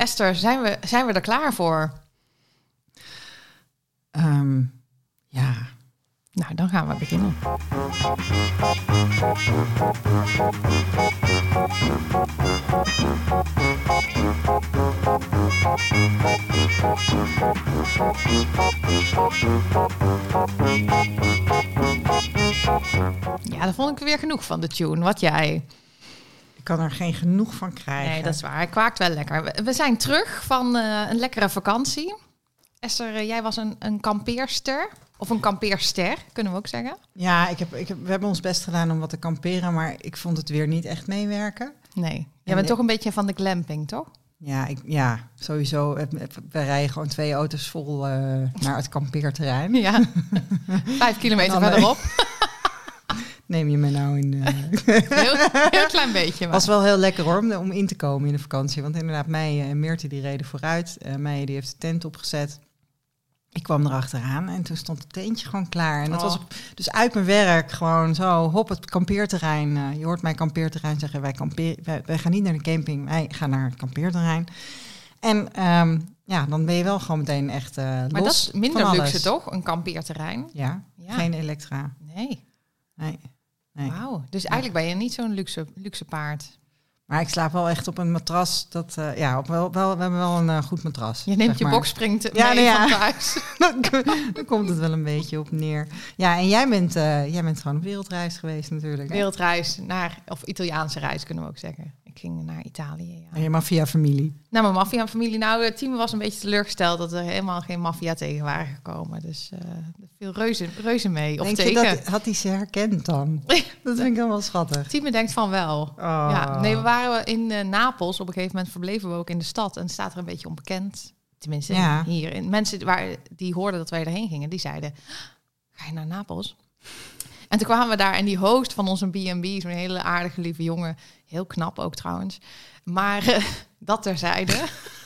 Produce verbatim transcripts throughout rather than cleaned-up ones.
Esther, zijn we, zijn we er klaar voor? Um, ja. Nou, dan gaan we beginnen. Ja, dat vond ik weer genoeg van de tune. Wat jij? Ik kan er geen genoeg van krijgen. Nee, dat is waar. Hij kwaakt wel lekker. We, we zijn terug van uh, een lekkere vakantie. Esther, uh, jij was een, een kampeerster. Of een kampeerster, kunnen we ook zeggen. Ja, ik heb, ik heb, we hebben ons best gedaan om wat te kamperen, maar ik vond het weer niet echt meewerken. Nee, jij bent ik, toch een beetje van de glamping, toch? Ja, ik, ja sowieso. We rijden gewoon twee auto's vol uh, naar het kampeerterrein. Ja, vijf kilometer verderop. Neem je me nou in... Uh... heel, heel klein beetje. Het was wel heel lekker hoor, om, om in te komen in de vakantie. Want inderdaad, Meijen en Meerte die reden vooruit. Uh, Meijen die heeft de tent opgezet. Ik kwam erachteraan en toen stond het tentje gewoon klaar. En dat oh. was dus uit mijn werk gewoon zo, hop, het kampeerterrein. Uh, je hoort mijn kampeerterrein zeggen, wij, kampeer, wij, wij gaan niet naar de camping, wij gaan naar het kampeerterrein. En um, ja, dan ben je wel gewoon meteen echt uh, los. Maar dat is minder luxe toch, een kampeerterrein? Ja, ja. Geen elektra. Nee. Nee. nee. Wauw, dus eigenlijk ben je niet zo'n luxe, luxe paard. Maar ik slaap wel echt op een matras. Dat, uh, ja, op wel, wel, we hebben wel een uh, goed matras. Je neemt zeg je maar. boxspring ja, mee nee, ja. van thuis. Dan komt het wel een beetje op neer. Ja, en jij bent, uh, jij bent gewoon op wereldreis geweest natuurlijk. Hè? Wereldreis naar, of Italiaanse reis kunnen we ook zeggen. Ik ging naar Italië. Ja. En je maffia-familie. Nou, mijn maffia-familie. Nou, het team was een beetje teleurgesteld dat er helemaal geen maffia tegen waren gekomen. Dus uh, er viel reuze, reuze mee. Of Denk tegen. je dat, had hij ze herkend dan? Dat vind ik dan wel schattig. Het team denkt van wel. Oh. Ja, nee, we waren in uh, Napels. Op een gegeven moment verbleven we ook in de stad. En het staat er een beetje onbekend. Tenminste, ja. hier. En mensen waar, die hoorden dat wij erheen gingen, die zeiden, ga je naar Napels? En toen kwamen we daar en die host van onze B en B, zo'n hele aardige, lieve jongen, heel knap ook trouwens, maar uh, dat terzijde.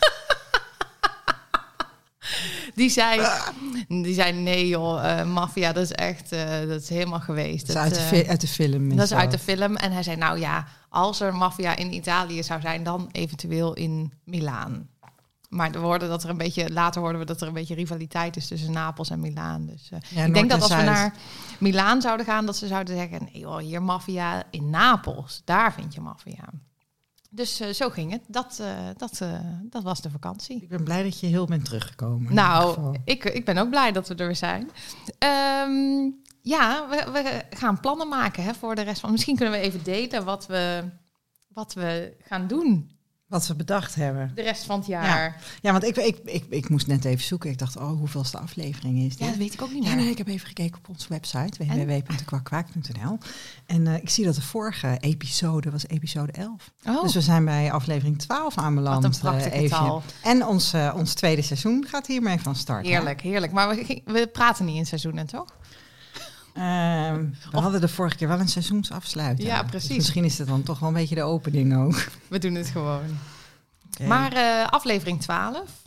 Die zei, die zei nee joh, uh, maffia, dat is echt, uh, dat is helemaal geweest. Dat is dat, uit, de, uh, uit de film. Dat is zo. uit de film. En hij zei, nou ja, als er maffia in Italië zou zijn, dan eventueel in Milaan. Maar we hoorden dat er een beetje, later hoorden we dat er een beetje rivaliteit is tussen Napels en Milaan. Dus uh, ja, ik denk dat als Zuid. we naar Milaan zouden gaan, dat ze zouden zeggen, nee joh, hier maffia in Napels, daar vind je maffia. Dus uh, zo ging het. Dat, uh, dat, uh, dat was de vakantie. Ik ben blij dat je heel bent teruggekomen. Nou, ik, ik ben ook blij dat we er weer zijn. Um, ja, we, we gaan plannen maken hè, voor de rest van... Misschien kunnen we even delen wat we, wat we gaan doen. Wat we bedacht hebben. De rest van het jaar. Ja, ja want ik, ik, ik, ik moest net even zoeken. Ik dacht, oh, hoeveelste aflevering is dit? Ja, dat weet ik ook niet meer. Ja, nee, ik heb even gekeken op onze website, w w w punt kwakwaak punt n l. En uh, ik zie dat de vorige episode was episode elf. Oh. Dus we zijn bij aflevering twaalf aanbeland. Wat een prachtige uh, taal. En ons, uh, ons tweede seizoen gaat hiermee van start. Heerlijk, hè? heerlijk. Maar we, we praten niet in seizoenen, toch? Uh, we of... hadden de vorige keer wel een seizoensafsluiting. Ja, precies. Dus misschien is het dan toch wel een beetje de opening ook. We doen het gewoon. Okay. Maar uh, aflevering twaalf.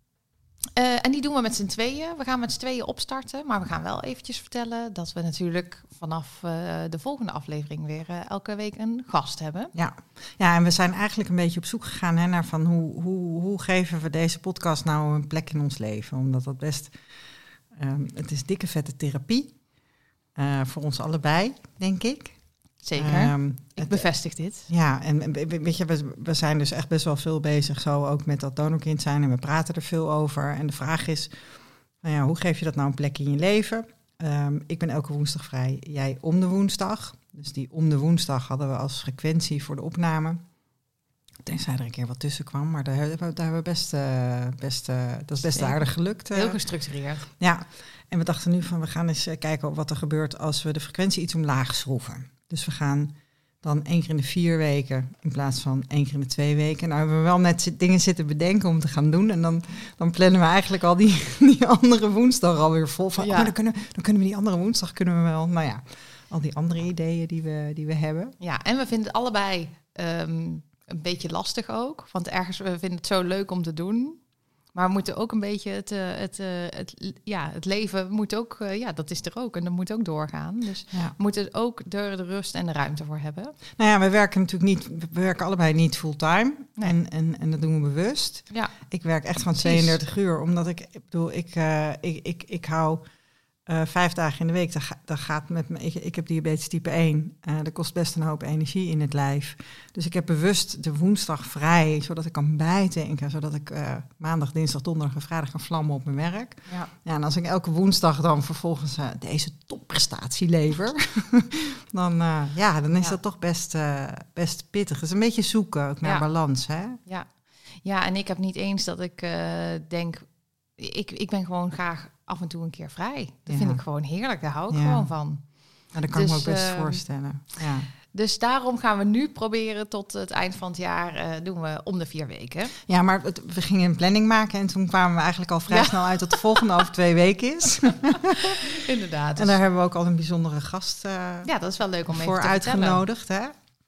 Uh, en die doen we met z'n tweeën. We gaan met z'n tweeën opstarten. Maar we gaan wel eventjes vertellen dat we natuurlijk vanaf uh, de volgende aflevering weer uh, elke week een gast hebben. Ja. ja, en we zijn eigenlijk een beetje op zoek gegaan hè, naar van hoe, hoe, hoe geven we deze podcast nou een plek in ons leven. Omdat dat best, um, het is dikke vette therapie. Uh, voor ons allebei, denk ik. Zeker, um, ik bevestig dit. Ja, en weet je, we, we zijn dus echt best wel veel bezig zo ook met dat donorkind zijn. En we praten er veel over. En de vraag is, nou ja, hoe geef je dat nou een plek in je leven? Um, ik ben elke woensdag vrij, jij om de woensdag. Dus die om de woensdag hadden we als frequentie voor de opname. Tenzij er een keer wat tussen kwam. Maar daar hebben we, daar hebben we best, uh, best, uh, dat is best Zeker. aardig gelukt. Uh. Heel gestructureerd. Ja, en we dachten nu van we gaan eens kijken wat er gebeurt als we de frequentie iets omlaag schroeven. Dus we gaan dan één keer in de vier weken in plaats van één keer in de twee weken. Nou hebben we wel net dingen zitten bedenken om te gaan doen. En dan, dan plannen we eigenlijk al die, die andere woensdag alweer vol. Van, ja. oh, dan, kunnen, dan kunnen we die andere woensdag kunnen we wel, nou ja, al die andere ideeën die we, die we hebben. Ja, en we vinden het allebei um, een beetje lastig ook. Want ergens, we vinden het zo leuk om te doen. Maar we moeten ook een beetje het, uh, het, uh, het, ja, het leven moet ook, uh, ja, dat is er ook. En dat moet ook doorgaan. Dus ja. we moeten er ook de, de rust en de ruimte voor hebben. Nou ja, we werken natuurlijk niet, we werken allebei niet fulltime. Nee. En, en, en dat doen we bewust. Ja. Ik werk echt van tweeëndertig uur, omdat ik, ik bedoel, ik, uh, ik, ik, ik hou uh, vijf dagen in de week. Dat, ga, dat gaat met me. Ik, ik heb diabetes type één. Uh, dat kost best een hoop energie in het lijf. Dus ik heb bewust de woensdag vrij, zodat ik kan bijdenken, zodat ik uh, maandag, dinsdag, donderdag en vrijdag kan vlammen op mijn werk. Ja. Ja, en als ik elke woensdag dan vervolgens uh, deze topprestatie lever, dan, uh, ja, dan is ja. dat toch best, uh, best pittig. Het is een beetje zoeken ook naar ja. balans, hè? Ja. ja, en ik heb niet eens dat ik uh, denk, ik, ik ben gewoon graag af en toe een keer vrij. Dat ja. vind ik gewoon heerlijk, daar hou ik ja. gewoon van. Ja, dat kan dus, ik me ook best uh, voorstellen. Ja. Dus daarom gaan we nu proberen tot het eind van het jaar, uh, doen we om de vier weken. Ja, maar het, we gingen een planning maken en toen kwamen we eigenlijk al vrij ja. snel uit dat de volgende over twee weken is. Inderdaad. Dus. En daar hebben we ook al een bijzondere gast uh, ja, dat is wel leuk om even voor te uitgenodigd, hè?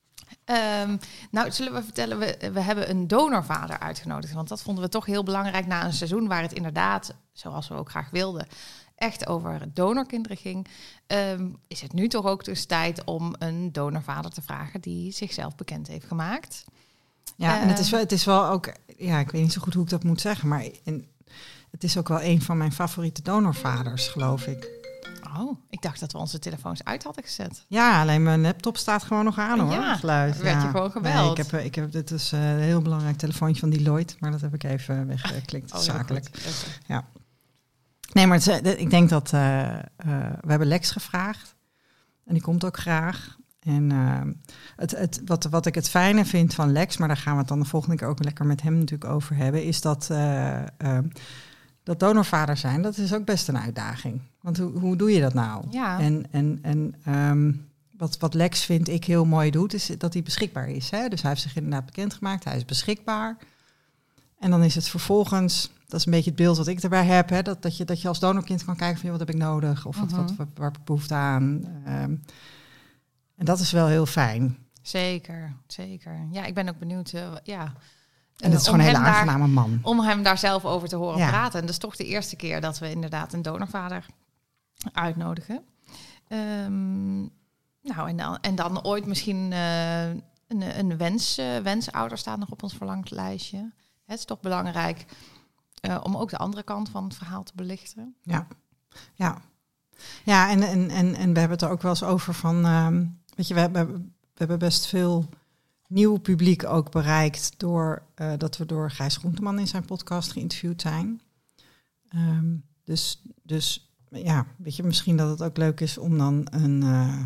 Um, nou, zullen we vertellen, we, we hebben een donorvader uitgenodigd. Want dat vonden we toch heel belangrijk na een seizoen waar het inderdaad, zoals we ook graag wilden, echt over donorkinderen ging. Um, is het nu toch ook dus tijd om een donorvader te vragen die zichzelf bekend heeft gemaakt. Ja, uh, en het is, wel, het is wel ook, ja, ik weet niet zo goed hoe ik dat moet zeggen, maar in, het is ook wel een van mijn favoriete donorvaders, geloof ik. Oh, ik dacht dat we onze telefoons uit hadden gezet. Ja, alleen mijn laptop staat gewoon nog aan, hoor. Ja, geluid. werd je ja. gewoon gebeld. Nee, ik heb, ik heb, dit is uh, een heel belangrijk telefoontje van Deloitte, maar dat heb ik even weggeklikt, oh, zakelijk. Okay. Ja. Nee, maar het, ik denk dat uh, uh, we hebben Lex gevraagd en die komt ook graag. En uh, het, het, wat, wat ik het fijne vind van Lex, maar daar gaan we het dan de volgende keer ook lekker met hem natuurlijk over hebben, is dat uh, uh, dat donorvader zijn, dat is ook best een uitdaging. Want hoe, hoe doe je dat nou? Ja. En, en, en um, wat, wat Lex, vind ik, heel mooi doet, is dat hij beschikbaar is. Hè? Dus hij heeft zich inderdaad bekendgemaakt, hij is beschikbaar. En dan is het vervolgens, dat is een beetje het beeld wat ik erbij heb, hè? Dat, dat, je, dat je als donorkind kan kijken van, wat heb ik nodig? Of wat, uh-huh. wat, wat, waar heb ik behoefte aan? Um, en dat is wel heel fijn. Zeker, zeker. Ja, ik ben ook benieuwd, uh, ja... En dat is gewoon een hele aangename daar, man. Om hem daar zelf over te horen ja. praten. En dat is toch de eerste keer dat we inderdaad een donorvader uitnodigen. Um, nou, en dan, en dan ooit misschien uh, een, een wens, uh, wensouder staat nog op ons verlanglijstje. Het is toch belangrijk uh, om ook de andere kant van het verhaal te belichten. Ja, ja. ja en, en, en, en we hebben het er ook wel eens over van... Um, weet je, we hebben, we hebben best veel... nieuw publiek ook bereikt door uh, dat we door Gijs Groenteman in zijn podcast geïnterviewd zijn. Um, dus, dus ja, weet je, misschien dat het ook leuk is om dan een, uh,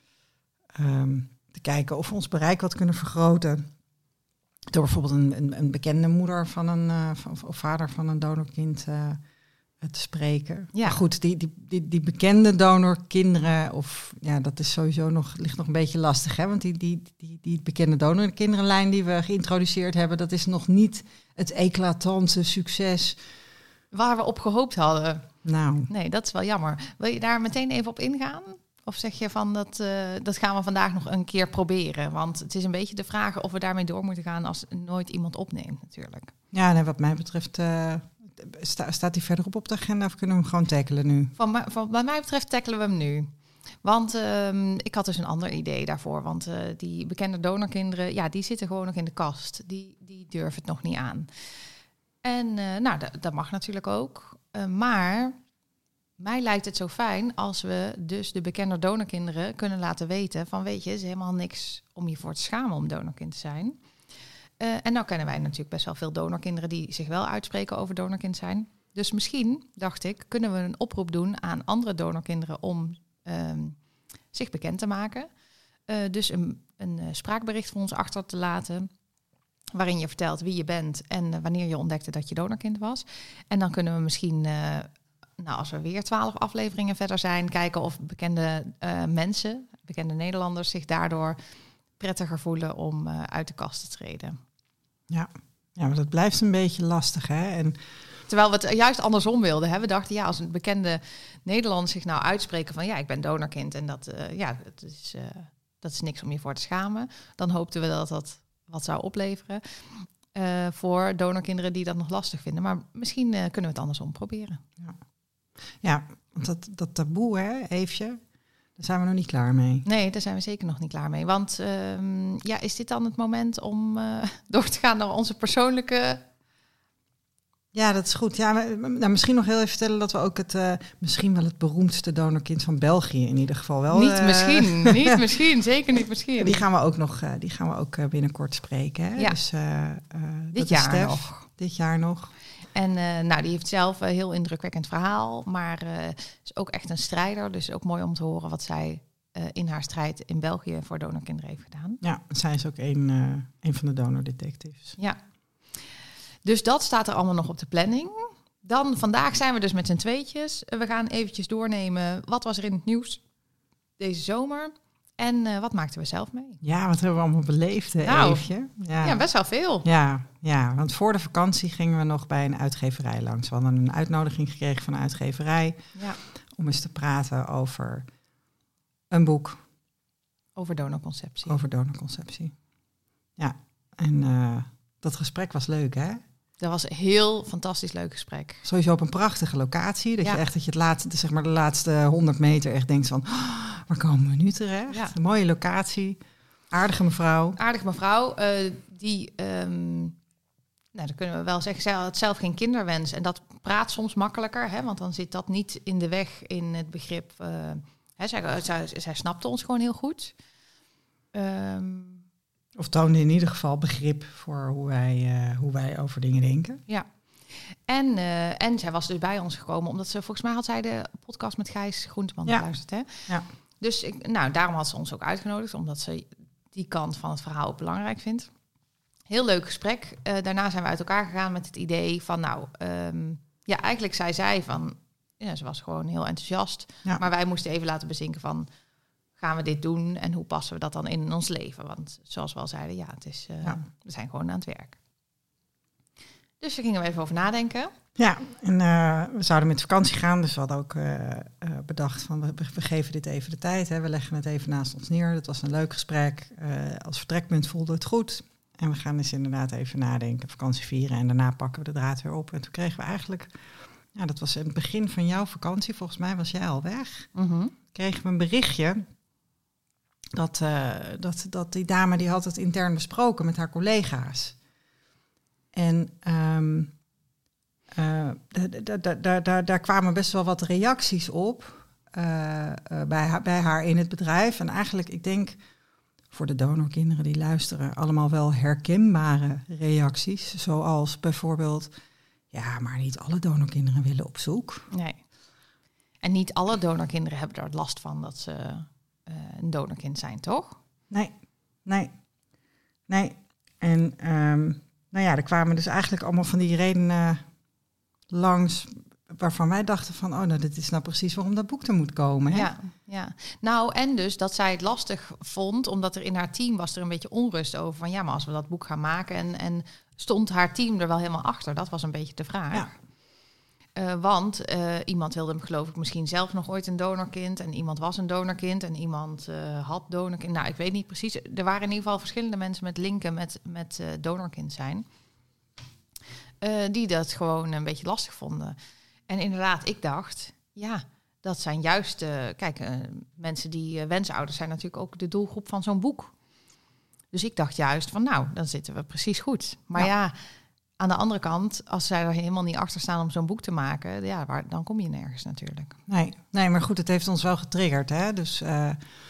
um, te kijken of we ons bereik wat kunnen vergroten. Door bijvoorbeeld een, een, een bekende moeder van een uh, van, of vader van een donorkind uh, te spreken. Ja. Maar goed, die, die, die, die bekende donorkinderen, of ja, dat is sowieso nog, ligt nog een beetje lastig, hè? Want die, die, die, die bekende donorkinderenlijn die we geïntroduceerd hebben, dat is nog niet het eclatante succes waar we op gehoopt hadden. Nou. Nee, dat is wel jammer. Wil je daar meteen even op ingaan? Of zeg je van, dat, uh, dat gaan we vandaag nog een keer proberen? Want het is een beetje de vraag of we daarmee door moeten gaan als nooit iemand opneemt, natuurlijk. Ja, nee, wat mij betreft... Uh... Sta, staat hij verderop op de agenda of kunnen we hem gewoon tackelen nu? Van, van, wat mij betreft tackelen we hem nu. Want um, ik had dus een ander idee daarvoor. Want uh, die bekende donorkinderen, ja, die zitten gewoon nog in de kast. Die, die durven het nog niet aan. En uh, nou, d- dat mag natuurlijk ook. Uh, maar mij lijkt het zo fijn als we dus de bekende donorkinderen kunnen laten weten van, weet je, het is helemaal niks om je voor te schamen om donorkind te zijn. Uh, en nou kennen wij natuurlijk best wel veel donorkinderen die zich wel uitspreken over donorkind zijn. Dus misschien, dacht ik, kunnen we een oproep doen aan andere donorkinderen om um, zich bekend te maken. Uh, dus een, een uh, spraakbericht voor ons achter te laten, waarin je vertelt wie je bent en uh, wanneer je ontdekte dat je donorkind was. En dan kunnen we misschien, uh, nou, als we weer twaalf afleveringen verder zijn, kijken of bekende uh, mensen, bekende Nederlanders, zich daardoor prettiger voelen om uh, uit de kast te treden. Ja. ja, maar dat blijft een beetje lastig, hè? En terwijl we het juist andersom wilden. Hè? We dachten, ja, als een bekende Nederlander zich nou uitspreken van, ja, ik ben donorkind en dat, uh, ja, dat is, uh, dat is niks om je voor te schamen. Dan hoopten we dat dat wat zou opleveren. Uh, voor donorkinderen die dat nog lastig vinden. Maar misschien uh, kunnen we het andersom proberen. Ja, ja want dat, dat taboe, hè, Eefje, daar zijn we nog niet klaar mee. Nee, daar zijn we zeker nog niet klaar mee. Want uh, ja, is dit dan het moment om uh, door te gaan naar onze persoonlijke... Ja, dat is goed. Ja, maar, nou, misschien nog heel even vertellen dat we ook het, uh, misschien wel het beroemdste donorkind van België in ieder geval wel. Niet uh, misschien, niet misschien, zeker niet misschien. Die gaan we ook nog, uh, die gaan we ook uh, binnenkort spreken. Hè? Ja. Dus, uh, uh, dit jaar Stef, nog. Dit jaar nog. En uh, nou, die heeft zelf een heel indrukwekkend verhaal, maar uh, is ook echt een strijder. Dus ook mooi om te horen wat zij uh, in haar strijd in België voor donorkinderen heeft gedaan. Ja, zij is ook een, uh, een van de donordetectives. Ja. Dus dat staat er allemaal nog op de planning. Dan vandaag zijn we dus met z'n tweetjes. We gaan eventjes doornemen. Wat was er in het nieuws deze zomer? En uh, wat maakten we zelf mee? Ja, wat hebben we allemaal beleefd, hè, nou, Eefje? Ja. ja, best wel veel. Ja, ja, want voor de vakantie gingen we nog bij een uitgeverij langs. We hadden een uitnodiging gekregen van een uitgeverij... Ja. om eens te praten over een boek. Over donorconceptie. Over donorconceptie. Ja, en uh, dat gesprek was leuk, hè? Dat was een heel fantastisch leuk gesprek. Sowieso op een prachtige locatie. Dat ja. je echt dat je het laatste, zeg maar de laatste honderd meter echt denkt van... Oh, waar komen we nu terecht? Ja. Een mooie locatie. Aardige mevrouw. Aardige mevrouw. Uh, die, um, nou, dan kunnen we wel zeggen, zij had zelf geen kinderwens. En dat praat soms makkelijker, hè? Want dan zit dat niet in de weg in het begrip... Uh, hè, zij, zij, zij snapte ons gewoon heel goed. Um, Of toonde in ieder geval begrip voor hoe wij, uh, hoe wij over dingen denken. Ja. En, uh, en zij was dus bij ons gekomen, omdat ze volgens mij had zij de podcast met Gijs Groenteman ja. geluisterd. Hè? Ja. Dus ik, nou, daarom had ze ons ook uitgenodigd, omdat ze die kant van het verhaal ook belangrijk vindt. Heel leuk gesprek. Uh, daarna zijn we uit elkaar gegaan met het idee van, nou, um, ja, eigenlijk zei zij van, ja, ze was gewoon heel enthousiast. Ja. Maar wij moesten even laten bezinken van, gaan we dit doen en hoe passen we dat dan in ons leven? Want zoals we al zeiden, ja, het is, uh, ja. we zijn gewoon aan het werk. Dus daar gingen we even over nadenken. Ja, en uh, we zouden met vakantie gaan, dus we hadden ook uh, uh, bedacht van we, we geven dit even de tijd. Hè. We leggen het even naast ons neer. Dat was een leuk gesprek. Uh, als vertrekpunt voelde het goed. En we gaan dus inderdaad even nadenken, vakantie vieren en daarna pakken we de draad weer op. En toen kregen we eigenlijk, ja, dat was in het begin van jouw vakantie, volgens mij was jij al weg. Mm-hmm. Kregen we een berichtje. Dat, uh, dat, dat die dame die had het intern besproken met haar collega's. En um, uh, daar kwamen best wel wat reacties op uh, uh, bij, haar, bij haar in het bedrijf. En eigenlijk, ik denk, voor de donorkinderen die luisteren, allemaal wel herkenbare reacties. Zoals bijvoorbeeld, ja, maar niet alle donorkinderen willen op zoek. Nee. En niet alle donorkinderen hebben er last van dat ze... Uh, een donorkind zijn, toch? Nee, nee, nee. En um, nou ja, er kwamen dus eigenlijk allemaal van die redenen langs waarvan wij dachten van, oh, nou, dit is nou precies waarom dat boek er moet komen. Hè? Ja, ja. Nou, en dus dat zij het lastig vond, omdat er in haar team was er een beetje onrust over van, ja, maar als we dat boek gaan maken en, en stond haar team er wel helemaal achter? Dat was een beetje de vraag. Ja. Uh, want uh, iemand wilde geloof ik misschien zelf nog ooit een donorkind. En iemand was een donorkind en iemand uh, had donorkind. Nou, ik weet niet precies. Er waren in ieder geval verschillende mensen met linken met, met uh, donorkind zijn. Uh, die dat gewoon een beetje lastig vonden. En inderdaad, ik dacht, ja, dat zijn juist... Uh, kijk, uh, mensen die uh, wensouders zijn natuurlijk ook de doelgroep van zo'n boek. Dus ik dacht juist van, nou, dan zitten we precies goed. Maar ja... ja aan de andere kant, als zij er helemaal niet achter staan om zo'n boek te maken, ja, waar, dan kom je nergens natuurlijk. Nee, nee, maar goed, het heeft ons wel getriggerd, hè. Dus uh,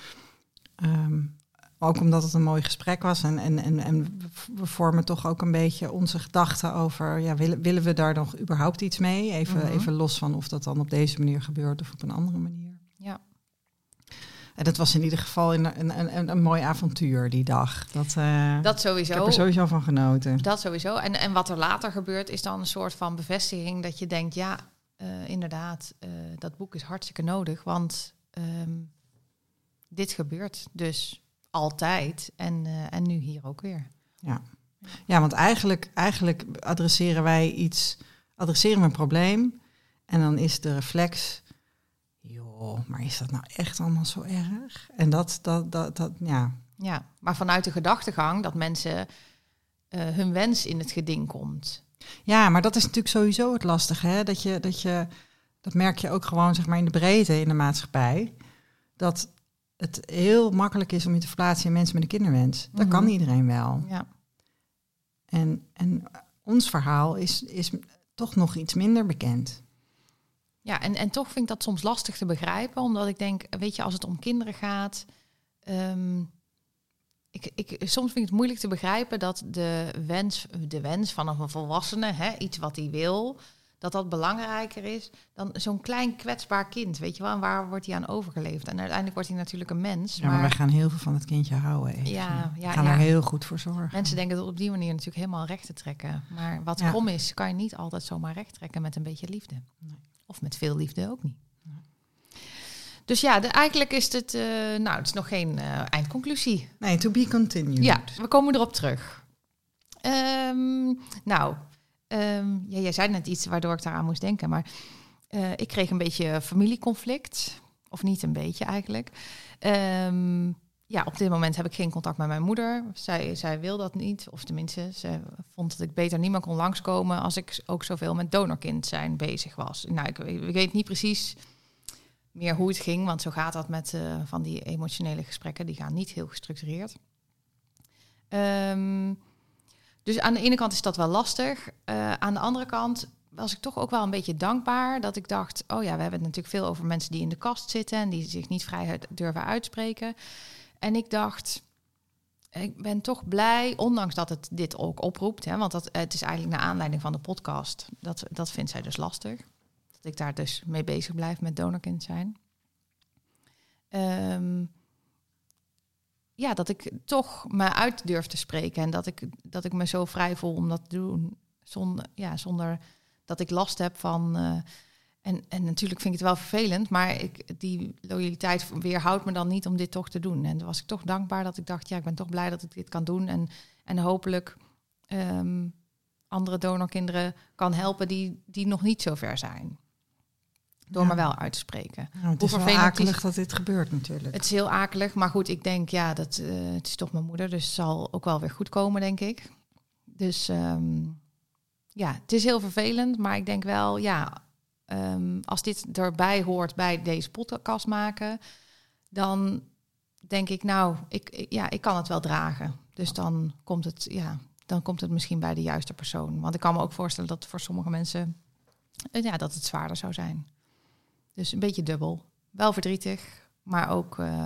um, ook omdat het een mooi gesprek was en, en, en, en we vormen toch ook een beetje onze gedachten over, ja, willen, willen we daar nog überhaupt iets mee? Even, mm-hmm. even los van of dat dan op deze manier gebeurt of op een andere manier. Ja. En dat was in ieder geval een, een, een, een mooi avontuur die dag. Dat, uh, dat sowieso. Ik heb er sowieso van genoten. Dat sowieso. En, en wat er later gebeurt is dan een soort van bevestiging dat je denkt, ja, uh, inderdaad, uh, dat boek is hartstikke nodig. Want um, dit gebeurt dus altijd en, uh, en nu hier ook weer. Ja, ja want eigenlijk, eigenlijk adresseren wij iets, adresseren we een probleem en dan is de reflex... joh, maar is dat nou echt allemaal zo erg? En dat, dat, dat, dat ja. Ja, maar vanuit de gedachtegang dat mensen uh, hun wens in het geding komt. Ja, maar dat is natuurlijk sowieso het lastige. Hè? Dat, je, dat, je, dat merk je ook gewoon zeg maar, in de breedte in de maatschappij. Dat het heel makkelijk is om je te verplaatsen in mensen met een kinderwens. Dat mm-hmm. kan iedereen wel. Ja. En, en ons verhaal is, is toch nog iets minder bekend. Ja, en, en toch vind ik dat soms lastig te begrijpen. Omdat ik denk, weet je, als het om kinderen gaat... Um, ik, ik, soms vind ik het moeilijk te begrijpen dat de wens, de wens van een volwassene, hè, iets wat hij wil... dat dat belangrijker is dan zo'n klein kwetsbaar kind. Weet je wel, en waar wordt hij aan overgeleverd? En uiteindelijk wordt hij natuurlijk een mens. Ja, maar, maar wij gaan heel veel van het kindje houden. Even. Ja, ja, we gaan ja. er heel goed voor zorgen. Mensen denken dat op die manier natuurlijk helemaal recht te trekken. Maar wat ja. krom is, kan je niet altijd zomaar recht trekken met een beetje liefde. Nee. Of met veel liefde ook niet. Nee. Dus ja, de, eigenlijk is het... Uh, nou, het is nog geen uh, eindconclusie. Nee, to be continued. Ja, we komen erop terug. Um, nou... Um, ja, jij zei net iets waardoor ik daaraan moest denken. Maar uh, ik kreeg een beetje familieconflict. Of niet een beetje eigenlijk. Um, ja, op dit moment heb ik geen contact met mijn moeder. Zij, zij wil dat niet. Of tenminste, ze vond dat ik beter niet meer kon langskomen... als ik ook zoveel met donorkind zijn bezig was. Nou, ik, ik weet niet precies meer hoe het ging. Want zo gaat dat met uh, van die emotionele gesprekken. Die gaan niet heel gestructureerd. Um, Dus aan de ene kant is dat wel lastig. Uh, aan de andere kant was ik toch ook wel een beetje dankbaar... dat ik dacht, oh ja, we hebben het natuurlijk veel over mensen die in de kast zitten... en die zich niet vrij durven uitspreken. En ik dacht, ik ben toch blij, ondanks dat het dit ook oproept... Hè, want dat, het is eigenlijk naar aanleiding van de podcast. Dat, dat vindt zij dus lastig. Dat ik daar dus mee bezig blijf met donorkind zijn. Um, Ja, dat ik toch me uit durf te spreken. En dat ik, dat ik me zo vrij voel om dat te doen. Zonder, ja, zonder dat ik last heb van... Uh, en, en natuurlijk vind ik het wel vervelend. Maar ik, die loyaliteit weerhoudt me dan niet om dit toch te doen. En toen was ik toch dankbaar dat ik dacht... ja, ik ben toch blij dat ik dit kan doen. En, en hopelijk um, andere donorkinderen kan helpen... die, die nog niet zo ver zijn. Door ja. me wel uit te spreken. Ja, het is wel akelig dat dit gebeurt natuurlijk. Het is heel akelig, maar goed, ik denk, ja, dat, uh, het is toch mijn moeder, dus het zal ook wel weer goed komen, denk ik. Dus um, ja, het is heel vervelend, maar ik denk wel, ja, um, als dit erbij hoort bij deze podcast maken, dan denk ik, nou, ik, ik, ja, ik kan het wel dragen. Dus dan komt het, ja, dan komt het misschien bij de juiste persoon. Want ik kan me ook voorstellen dat voor sommige mensen, uh, ja, dat het zwaarder zou zijn. Dus een beetje dubbel. Wel verdrietig, maar ook... Uh,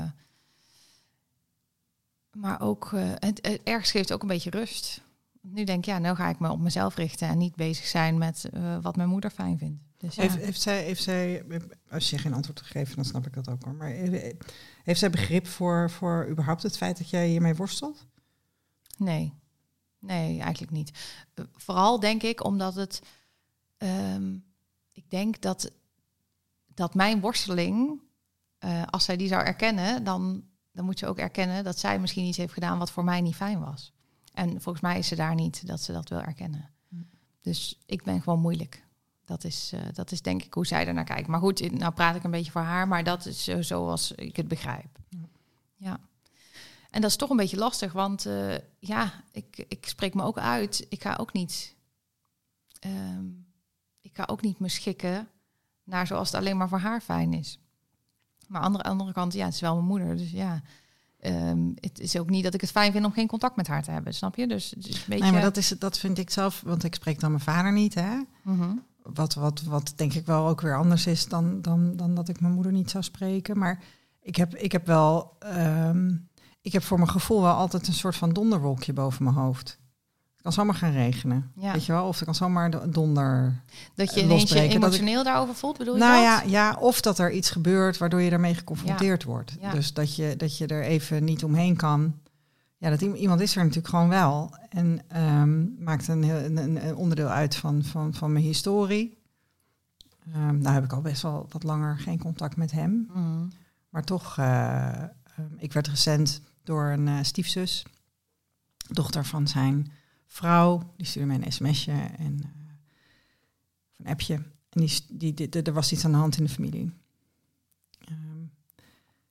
maar ook... Uh, het, het ergens geeft ook een beetje rust. Nu denk ik, ja, nou ga ik me op mezelf richten... en niet bezig zijn met uh, wat mijn moeder fijn vindt. Dus, ja. heeft, heeft, zij, heeft zij... Als je geen antwoord geeft, dan snap ik dat ook hoor. Maar heeft, heeft zij begrip voor, voor überhaupt het feit dat jij hiermee worstelt? Nee. Nee, eigenlijk niet. Uh, vooral denk ik omdat het... Um, ik denk dat... dat mijn worsteling, uh, als zij die zou erkennen... Dan, dan moet ze ook erkennen dat zij misschien iets heeft gedaan... wat voor mij niet fijn was. En volgens mij is ze daar niet dat ze dat wil erkennen. Hm. Dus ik ben gewoon moeilijk. Dat is, uh, dat is denk ik hoe zij ernaar kijkt. Maar goed, nou praat ik een beetje voor haar... maar dat is uh, zoals ik het begrijp. Hm. Ja. En dat is toch een beetje lastig, want uh, ja, ik, ik spreek me ook uit. Ik ga ook niet... Um, ik ga ook niet me schikken... naar zoals het alleen maar voor haar fijn is. Maar aan de andere kant, ja, het is wel mijn moeder. Dus ja, um, het is ook niet dat ik het fijn vind om geen contact met haar te hebben. Snap je? Dus het is een beetje... Nee, maar dat, is, dat vind ik zelf, want ik spreek dan mijn vader niet, hè? Mm-hmm. Wat, wat, wat denk ik wel ook weer anders is dan, dan, dan dat ik mijn moeder niet zou spreken. Maar ik heb, ik heb wel... Um, ik heb voor mijn gevoel wel altijd een soort van donderwolkje boven mijn hoofd. Het kan zomaar gaan regenen, ja. Weet je wel? Of er kan zomaar donder Dat je ineens je emotioneel ik, daarover voelt, bedoel je nou dat? Ja, ja, of dat er iets gebeurt waardoor je daarmee geconfronteerd ja. wordt. Ja. Dus dat je, dat je er even niet omheen kan. Ja, dat iemand is er natuurlijk gewoon wel. En um, maakt een, een, een onderdeel uit van, van, van mijn historie. Um, nou heb ik al best wel wat langer geen contact met hem. Mm. Maar toch, uh, um, ik werd recent door een uh, stiefzus, dochter van zijn vrouw, die stuurde mij een sms'je en uh, een appje. En die, die, die, die, er was iets aan de hand in de familie. Um,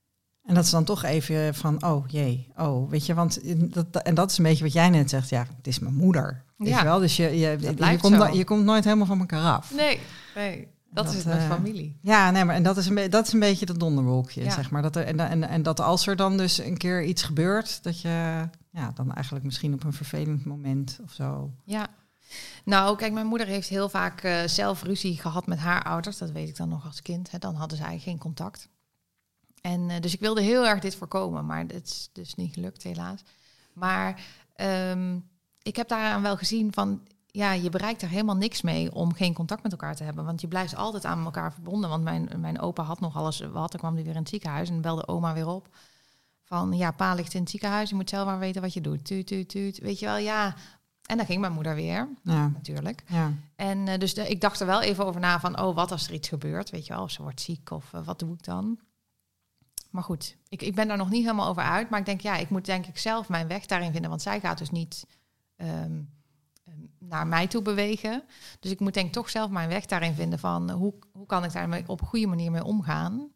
En dat is dan toch even van, oh jee, oh, weet je, want dat, en dat is een beetje wat jij net zegt, ja, het is mijn moeder, weet ja. je wel, dus je, je, je, je, komt, zo. je komt nooit helemaal van elkaar af. Nee, nee. Dat, dat is het met uh, familie. Ja, nee, maar en dat is een, be- dat is een beetje dat donderwolkje, ja. zeg maar. Dat er, en, en, en dat als er dan dus een keer iets gebeurt, dat je ja, dan eigenlijk misschien op een vervelend moment of zo. Ja. Nou, kijk, mijn moeder heeft heel vaak uh, zelf ruzie gehad met haar ouders. Dat weet ik dan nog als kind. Hè. Dan hadden zij geen contact. En uh, dus ik wilde heel erg dit voorkomen, maar het is dus niet gelukt helaas. Maar um, ik heb daaraan wel gezien van, ja, je bereikt er helemaal niks mee om geen contact met elkaar te hebben. Want je blijft altijd aan elkaar verbonden. Want mijn, mijn opa had nog alles wat, dan kwam hij weer in het ziekenhuis en belde oma weer op. Van, ja, pa ligt in het ziekenhuis, je moet zelf maar weten wat je doet. Tuut, tuut, tuut. Weet je wel, ja. En dan ging mijn moeder weer, ja. natuurlijk. Ja. En uh, dus de, ik dacht er wel even over na van, oh, wat als er iets gebeurt? Weet je wel, of ze wordt ziek of uh, wat doe ik dan? Maar goed, ik, ik ben daar nog niet helemaal over uit. Maar ik denk, ja, ik moet denk ik zelf mijn weg daarin vinden. Want zij gaat dus niet um, naar mij toe bewegen. Dus ik moet denk ik toch zelf mijn weg daarin vinden van, hoe, hoe kan ik daar op een goede manier mee omgaan?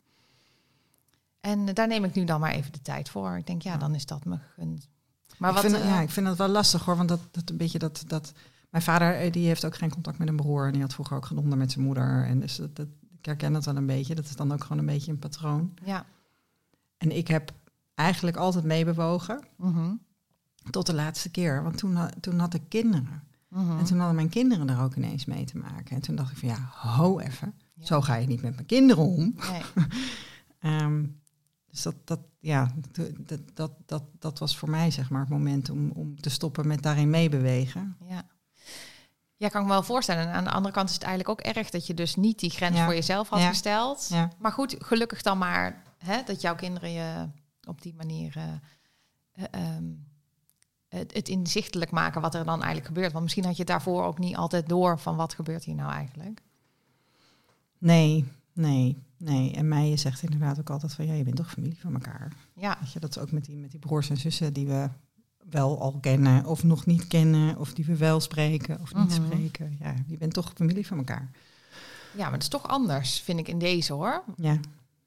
En uh, daar neem ik nu dan maar even de tijd voor. Ik denk, ja, dan is dat me gegund. Maar ik, wat, vind, uh, ja, ik vind dat wel lastig hoor, want dat, dat een beetje dat, dat... Mijn vader die heeft ook geen contact met een broer en die had vroeger ook gedonder met zijn moeder. En dus dat, dat, ik herken het wel een beetje. Dat is dan ook gewoon een beetje een patroon. Ja. En ik heb eigenlijk altijd meebewogen Mm-hmm. tot de laatste keer. Want toen, toen had ik kinderen. Mm-hmm. En toen hadden mijn kinderen er ook ineens mee te maken. En toen dacht ik van ja, ho even. Ja. Zo ga je niet met mijn kinderen om. Nee. um, Dus dat, dat, ja, dat, dat, dat, dat was voor mij zeg maar het moment om, om te stoppen met daarin meebewegen. Ja. Ja, kan ik me wel voorstellen. En aan de andere kant is het eigenlijk ook erg dat je dus niet die grens ja. voor jezelf had ja. gesteld. Ja. Maar goed, gelukkig dan maar hè, dat jouw kinderen je op die manier uh, uh, um, het, het inzichtelijk maken wat er dan eigenlijk gebeurt. Want misschien had je daarvoor ook niet altijd door van wat gebeurt hier nou eigenlijk. Nee, nee. Nee, en mij zegt inderdaad ook altijd van, ja, je bent toch familie van elkaar. Ja. Weet je, dat is ook met die, met die broers en zussen die we wel al kennen of nog niet kennen, of die we wel spreken of niet mm-hmm. spreken. Ja, je bent toch familie van elkaar. Ja, maar dat is toch anders, vind ik in deze hoor. Ja.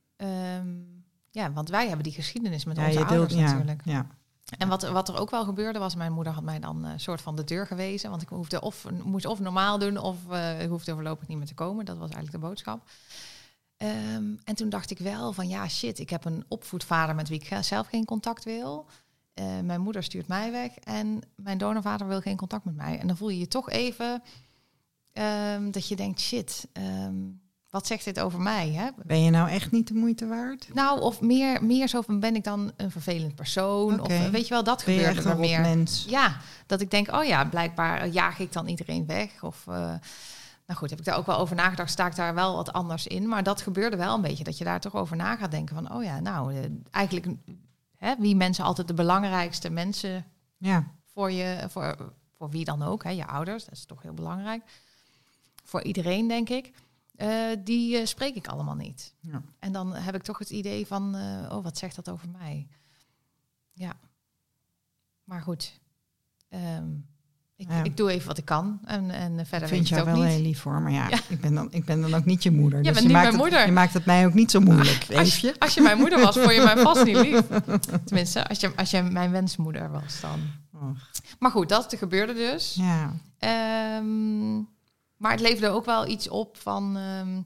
Um, ja, want wij hebben die geschiedenis met ja, onze je ouders deelt, natuurlijk. Ja, ja. En wat, wat er ook wel gebeurde was, mijn moeder had mij dan een uh, soort van de deur gewezen. Want ik hoefde of, moest of normaal doen of uh, ik hoefde voorlopig niet meer te komen. Dat was eigenlijk de boodschap. Um, en toen dacht ik wel van ja, shit, ik heb een opvoedvader met wie ik zelf geen contact wil. Uh, mijn moeder stuurt mij weg en mijn donorvader wil geen contact met mij. En dan voel je je toch even um, dat je denkt, shit, um, wat zegt dit over mij? Hè? Ben je nou echt niet de moeite waard? Nou, of meer, meer zo van, ben ik dan een vervelend persoon? Okay. Of weet je wel, dat ben gebeurt er meer. Mens? Ja, dat ik denk, oh ja, blijkbaar jaag ik dan iedereen weg. Of... Uh, Nou goed, heb ik daar ook wel over nagedacht, sta ik daar wel wat anders in. Maar dat gebeurde wel een beetje, dat je daar toch over na gaat denken van, oh ja, nou, uh, eigenlijk, hè, wie mensen altijd de belangrijkste mensen ja. voor je, voor, voor wie dan ook, hè, je ouders, dat is toch heel belangrijk. Voor iedereen, denk ik. Uh, die uh, spreek ik allemaal niet. Ja. En dan heb ik toch het idee van, uh, oh, wat zegt dat over mij? Ja. Maar goed. Um, Ik, ja. ik doe even wat ik kan en, en verder ik vind weet jou het ook wel niet. heel lief hoor, maar ja, ja. Ik, ben dan, ik ben dan ook niet je moeder. Je dus bent je nu maakt mijn het, moeder. Je maakt het mij ook niet zo moeilijk, weet als, je? Als je mijn moeder was, vond je mij vast niet lief. Tenminste, als je, als je mijn wensmoeder was dan. Och. Maar goed, dat gebeurde dus. Ja. Um, maar het leverde ook wel iets op van... Um,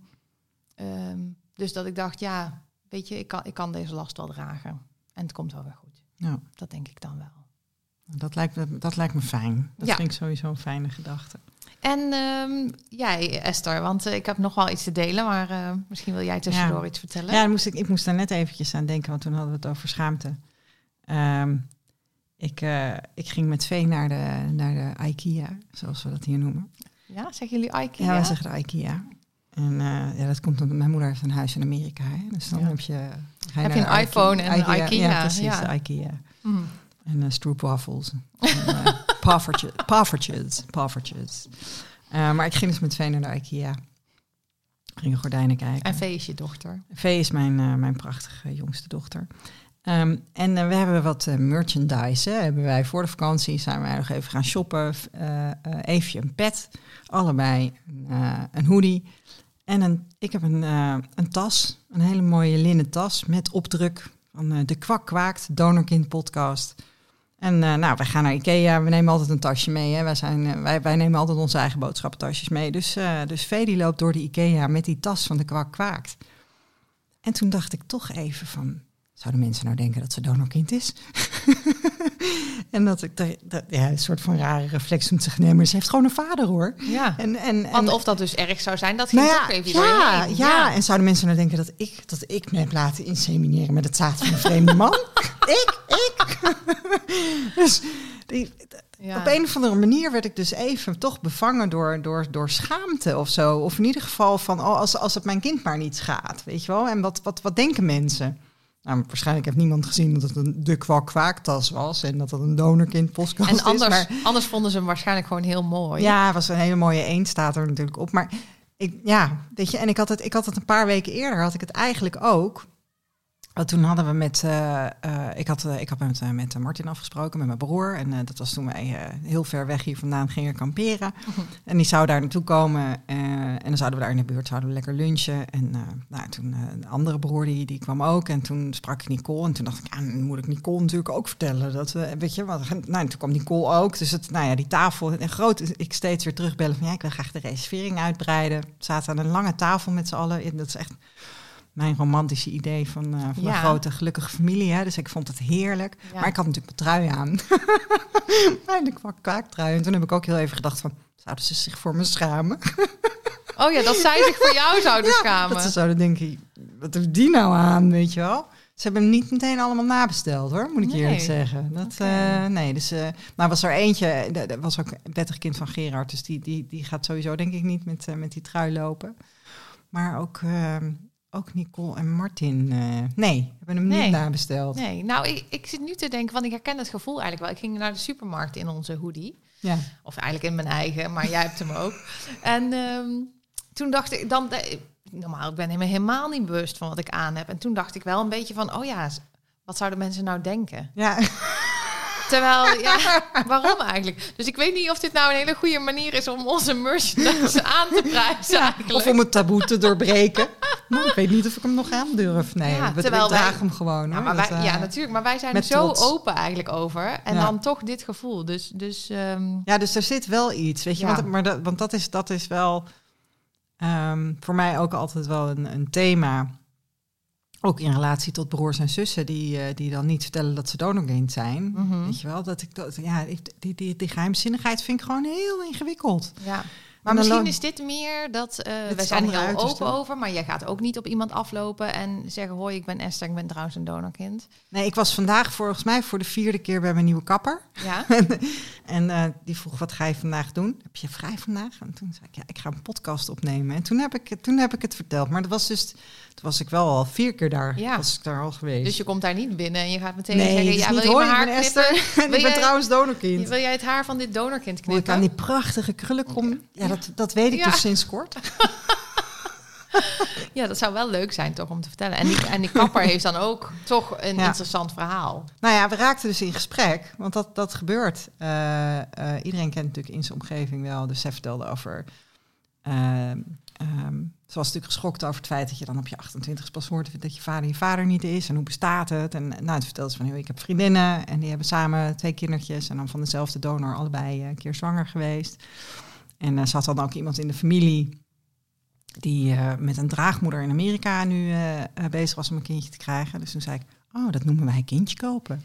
um, dus dat ik dacht, ja, weet je, ik kan, ik kan deze last wel dragen. En het komt wel weer goed. Ja. Dat denk ik dan wel. Dat lijkt me, dat lijkt me fijn. Dat ja. vind ik sowieso een fijne gedachte. En um, jij, Esther, want uh, ik heb nog wel iets te delen, maar uh, misschien wil jij tussendoor ja. iets vertellen. Ja, dan moest ik, ik moest daar net eventjes aan denken, want toen hadden we het over schaamte. Um, ik, uh, ik ging met Vee naar de, naar de IKEA, zoals we dat hier noemen. Ja, zeggen jullie IKEA? Ja, wij zeggen de IKEA. En uh, ja, dat komt omdat mijn moeder heeft een huis in Amerika. Hè? Dus dan ja. heb je... Heb je een iPhone IKEA, en IKEA, een IKEA. Ja, precies, ja. de IKEA. Mm. En uh, stroopwafels. en uh, poffertjes. Poffertjes. Poffertjes. Uh, maar ik ging dus met Vee naar de IKEA. Gingen gordijnen kijken. En Vee is je dochter? Vee is mijn, uh, mijn prachtige jongste dochter. Um, en uh, we hebben wat uh, merchandise. Hè. Hebben wij voor de vakantie zijn wij nog even gaan shoppen. Uh, uh, even een pet. Allebei uh, een hoodie. En een, ik heb een, uh, een tas. Een hele mooie linnen tas met opdruk van uh, De Kwak Kwaakt, Donorkind podcast. En uh, nou, wij gaan naar Ikea. We nemen altijd een tasje mee. Hè. Wij, zijn, uh, wij, wij nemen altijd onze eigen boodschappentasjes mee. Dus, uh, dus Vee die loopt door de Ikea met die tas van De Kwak Kwaakt. En toen dacht ik toch even van... Zouden mensen nou denken dat ze donorkind is? En dat ik de, de, ja, een soort van rare reflex om te zeggen... Nee, maar ze heeft gewoon een vader, hoor. Ja. En, en, en, Want of dat dus erg zou zijn, dat ging nou ja, toch even ja, door je ja, heen. ja, Ja, en zouden mensen nou denken dat ik, dat ik me heb laten insemineren... met het zaad van een vreemde man? ik, ik. Dus die, ja. Op een of andere manier werd ik dus even toch bevangen door, door, door schaamte of zo. Of in ieder geval van, oh, als, als het mijn kind maar niet gaat, weet je wel. En wat, wat, wat denken mensen? Nou, waarschijnlijk heeft niemand gezien dat het een De Kwak Kwaaktas was... en dat het een donorkind podcast en anders, is. Maar anders vonden ze hem waarschijnlijk gewoon heel mooi. ja, het was een hele mooie eend, staat er natuurlijk op. Maar ik, ja, weet je, en ik had het, ik had het een paar weken eerder, had ik het eigenlijk ook... Want toen hadden we met, uh, uh, ik had, uh, ik had met, uh, met Martin afgesproken, met mijn broer. En uh, dat was toen wij uh, heel ver weg hier vandaan gingen kamperen. Uh-huh. En die zou daar naartoe komen. Uh, en dan zouden we daar in de buurt zouden we lekker lunchen. En uh, nou, toen uh, een andere broer, die, die kwam ook. En toen sprak ik Nicole. En toen dacht ik, ja, dan moet ik Nicole natuurlijk ook vertellen. Dat, uh, weet je, wat, nou, en toen kwam Nicole ook. Dus het, nou ja, die tafel, en groot, ik steeds weer terugbellen van, ja, ik wil graag de reservering uitbreiden. We zaten aan een lange tafel met z'n allen. Dat is echt... mijn romantische idee van, uh, van ja. een grote gelukkige familie. Hè? Dus ik vond het heerlijk. Ja. Maar ik had natuurlijk mijn trui aan. Mijn Kwak Kwaaktrui. En toen heb ik ook heel even gedacht van... zouden ze zich voor me schamen? Oh ja, dat zij zich voor jou zouden ja, schamen. Dat ze zouden denken, wat heeft die nou aan, weet je wel? Ze hebben hem niet meteen allemaal nabesteld, hoor. Moet ik nee. eerlijk zeggen. Dat, okay. uh, nee, dus... Uh, maar was er eentje... Dat was ook een wettig kind van Gerard. Dus die, die, die gaat sowieso, denk ik, niet met, uh, met die trui lopen. Maar ook... Uh, Ook Nicole en Martin. Uh, nee, hebben hem nee. niet nabesteld. Nee, nou, ik, ik zit nu te denken, want ik herken het gevoel eigenlijk wel. Ik ging naar de supermarkt in onze hoodie. Ja. Of eigenlijk in mijn eigen, maar jij hebt hem ook. En um, toen dacht ik, dan, de, normaal, ik ben me helemaal niet bewust van wat ik aan heb. En toen dacht ik wel een beetje van, oh ja, wat zouden mensen nou denken? Ja. Terwijl, ja, waarom eigenlijk? Dus ik weet niet of dit nou een hele goede manier is om onze merchandise aan te prijzen. Ja, of om het taboe te doorbreken. Nou, ik weet niet of ik hem nog aandurf. Nee, ja, we dragen wij, hem gewoon. Ja, hoor. Maar wij, dat, uh, ja, natuurlijk. Maar wij zijn er zo trots. Open eigenlijk over. En ja. dan toch dit gevoel. Dus, dus, um... ja, dus er zit wel iets, weet je. Ja. Want, maar dat, want dat is, dat is wel um, voor mij ook altijd wel een, een thema... Ook in relatie tot broers en zussen die, uh, die dan niet vertellen dat ze donorkind zijn. Mm-hmm. Weet je wel, dat ik dat, ja, die, die, die geheimzinnigheid vind ik gewoon heel ingewikkeld. Ja. Maar misschien lo- is dit meer dat uh, we zijn heel uiterste. Open over, maar jij gaat ook niet op iemand aflopen en zeggen: hoi, ik ben Esther, ik ben trouwens een donorkind. Nee, ik was vandaag volgens mij voor de vierde keer bij mijn nieuwe kapper. Ja. en uh, die vroeg: wat ga je vandaag doen? Heb je vrij vandaag? En toen zei ik: ja, ik ga een podcast opnemen. En toen heb ik, toen heb ik het verteld. Maar dat was dus, toen was ik wel al vier keer daar. Ja. Was ik daar al geweest. Dus je komt daar niet binnen en je gaat meteen nee, zeggen: ja, wil je mijn haar knippen? En ik ben trouwens donorkind. Wil jij het haar van dit donorkind knippen? Ik aan die prachtige krullen kom. Ja, ja, dat, dat weet ik ja. dus sinds kort. Ja, dat zou wel leuk zijn toch om te vertellen. En die, en die kapper heeft dan ook toch een ja. interessant verhaal. Nou ja, we raakten dus in gesprek, want dat, dat gebeurt. Uh, uh, iedereen kent natuurlijk in zijn omgeving wel. Dus zij vertelde over... Uh, um, ze was natuurlijk geschokt over het feit dat je dan op je achtentwintigste pas hoort dat je vader je vader niet is. En hoe bestaat het? En nou, het vertelde ze van, ik heb vriendinnen en die hebben samen twee kindertjes. En dan van dezelfde donor allebei een keer zwanger geweest. En uh, ze had dan ook iemand in de familie die uh, met een draagmoeder in Amerika nu uh, uh, bezig was om een kindje te krijgen. Dus toen zei ik, oh, dat noemen wij kindje kopen.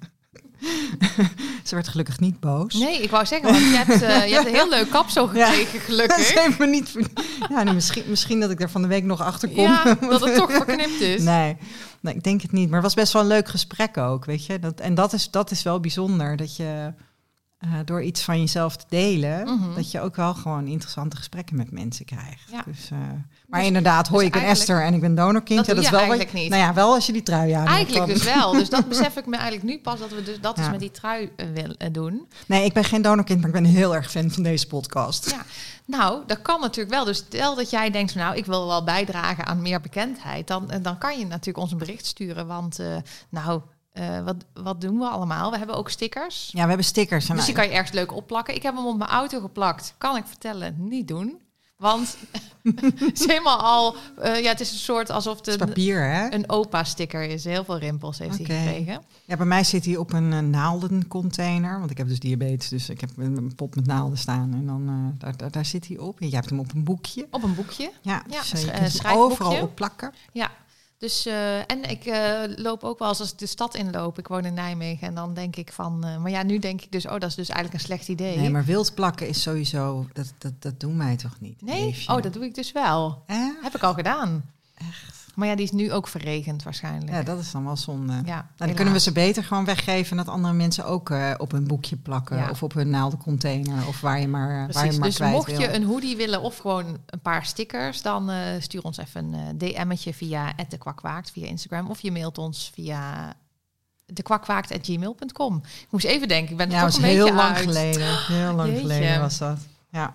Ze werd gelukkig niet boos. Nee, ik wou zeggen, want je hebt, uh, je hebt een heel leuk kapsel gekregen, ja, gelukkig. Ze heeft me niet... Ja, nu, misschien, misschien dat ik er van de week nog achter kom. Ja, dat het toch verknipt is. Nee, nee, ik denk het niet. Maar het was best wel een leuk gesprek ook, weet je. Dat, en dat is, dat is wel bijzonder, dat je... Uh, door iets van jezelf te delen, mm-hmm. dat je ook wel gewoon interessante gesprekken met mensen krijgt. Ja. Dus, uh, maar dus, inderdaad, hoor dus ik ben Esther en ik ben donorkind. Dat, ja, dat is wel eigenlijk wat, niet. Nou ja, wel als je die trui aan eigenlijk dus wel. Dus dat besef ik me eigenlijk nu pas, dat we dus dat ja. dus met die trui uh, willen uh, doen. Nee, ik ben geen donorkind, maar ik ben heel erg fan van deze podcast. Ja. Nou, dat kan natuurlijk wel. Dus stel dat jij denkt, nou, ik wil wel bijdragen aan meer bekendheid, dan, dan kan je natuurlijk ons een bericht sturen. Want, uh, nou... Uh, wat, wat doen we allemaal? We hebben ook stickers. Ja, we hebben stickers. Dus die kan je ergens leuk opplakken. Ik heb hem op mijn auto geplakt. Kan ik vertellen, niet doen. Want het is helemaal al... Uh, ja, het is een soort alsof het, het is papier, hè? Een opa-sticker is. Heel veel rimpels heeft okay. hij gekregen. Ja, bij mij zit hij op een uh, naaldencontainer. Want ik heb dus diabetes, dus ik heb een pot met naalden staan. En dan uh, daar, daar, daar zit hij op. En jij hebt hem op een boekje. Op een boekje? Ja, ja dus, uh, je kunt hem overal op plakken. Ja. Dus, uh, en ik uh, loop ook wel eens als ik de stad inloop. Ik woon in Nijmegen en dan denk ik van... Uh, maar ja, nu denk ik dus, oh, dat is dus eigenlijk een slecht idee. Nee, maar wild plakken is sowieso... Dat, dat, dat doen wij toch niet? Nee? Leefje. Oh, dat doe ik dus wel. Eh? Heb ik al gedaan. Echt? Maar ja, die is nu ook verregend waarschijnlijk. Ja, dat is dan wel zonde. Ja, nou, dan helaas. kunnen we ze beter gewoon weggeven... en dat andere mensen ook uh, op hun boekje plakken... Ja. Of op hun naaldencontainer... of waar je maar, uh, waar je maar dus kwijt mocht wil. je een hoodie willen of gewoon een paar stickers... dan uh, stuur ons even een uh, D M'tje via at de kwakwaakt via Instagram... of je mailt ons via dekwakwaakt at gmail punt com. Ik moest even denken, ik ben er ja, toch een heel beetje lang uit. geleden. Heel lang Jeetje. geleden was dat. Ja.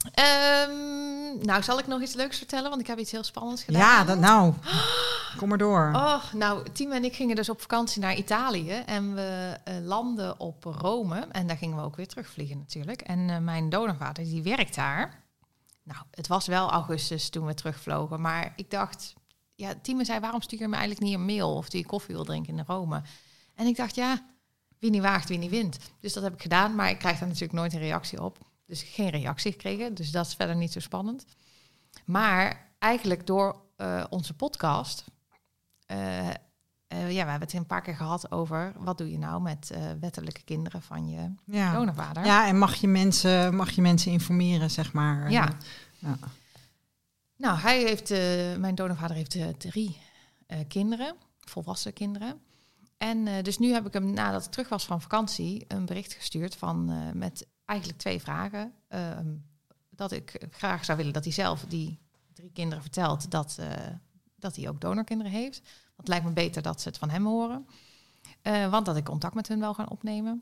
Um, nou, zal ik nog iets leuks vertellen? Want ik heb iets heel spannends gedaan. Ja, dat, nou, kom maar door. Oh, nou, Tim en ik gingen dus op vakantie naar Italië. En we uh, landden op Rome. En daar gingen we ook weer terugvliegen natuurlijk. En uh, mijn donorvader, die werkt daar. Nou, het was wel augustus toen we terugvlogen. Maar ik dacht, ja, Tim zei, waarom stuur je me eigenlijk niet een mail... of die je koffie wil drinken in Rome? En ik dacht, ja, wie niet waagt, wie niet wint. Dus dat heb ik gedaan, maar ik krijg daar natuurlijk nooit een reactie op. Dus geen reactie gekregen, dus dat is verder niet zo spannend. Maar eigenlijk door uh, onze podcast... Uh, uh, ja, we hebben het een paar keer gehad over... wat doe je nou met uh, wettelijke kinderen van je ja. donorvader? Ja, en mag je mensen, mag je mensen informeren, zeg maar. Ja. ja. Nou, hij heeft, uh, mijn donorvader heeft uh, drie uh, kinderen, volwassen kinderen. En uh, dus nu heb ik hem, nadat ik terug was van vakantie... een bericht gestuurd van uh, met... eigenlijk twee vragen. Uh, dat ik graag zou willen dat hij zelf die drie kinderen vertelt... dat, uh, dat hij ook donorkinderen heeft. Dat lijkt me beter dat ze het van hem horen. Uh, want dat ik contact met hun wel gaan opnemen.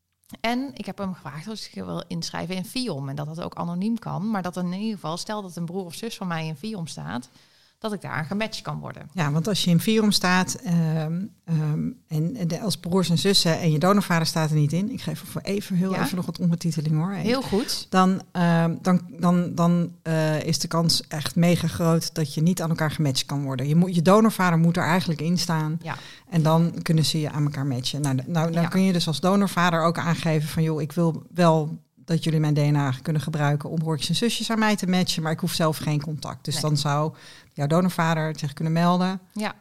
En ik heb hem gevraagd of ik wil inschrijven in Fiom. En dat dat ook anoniem kan. Maar dat in ieder geval, stel dat een broer of zus van mij in Fiom staat... dat ik daar gematcht kan worden. Ja, want als je in Fiom staat um, um, en de, als broers en zussen en je donorvader staat er niet in, ik geef voor even heel ja. even nog wat ondertiteling hoor. Even. Heel goed. Dan, um, dan, dan, dan uh, is de kans echt mega groot dat je niet aan elkaar gematcht kan worden. Je, moet, je donorvader moet er eigenlijk in staan. Ja. En dan kunnen ze je aan elkaar matchen. Nou, nou dan ja. kun je dus als donorvader ook aangeven van joh, ik wil wel dat jullie mijn D N A kunnen gebruiken om broertjes en zusjes aan mij te matchen, maar ik hoef zelf geen contact. Dus nee. dan zou jouw donorvader zich kunnen melden. Ja,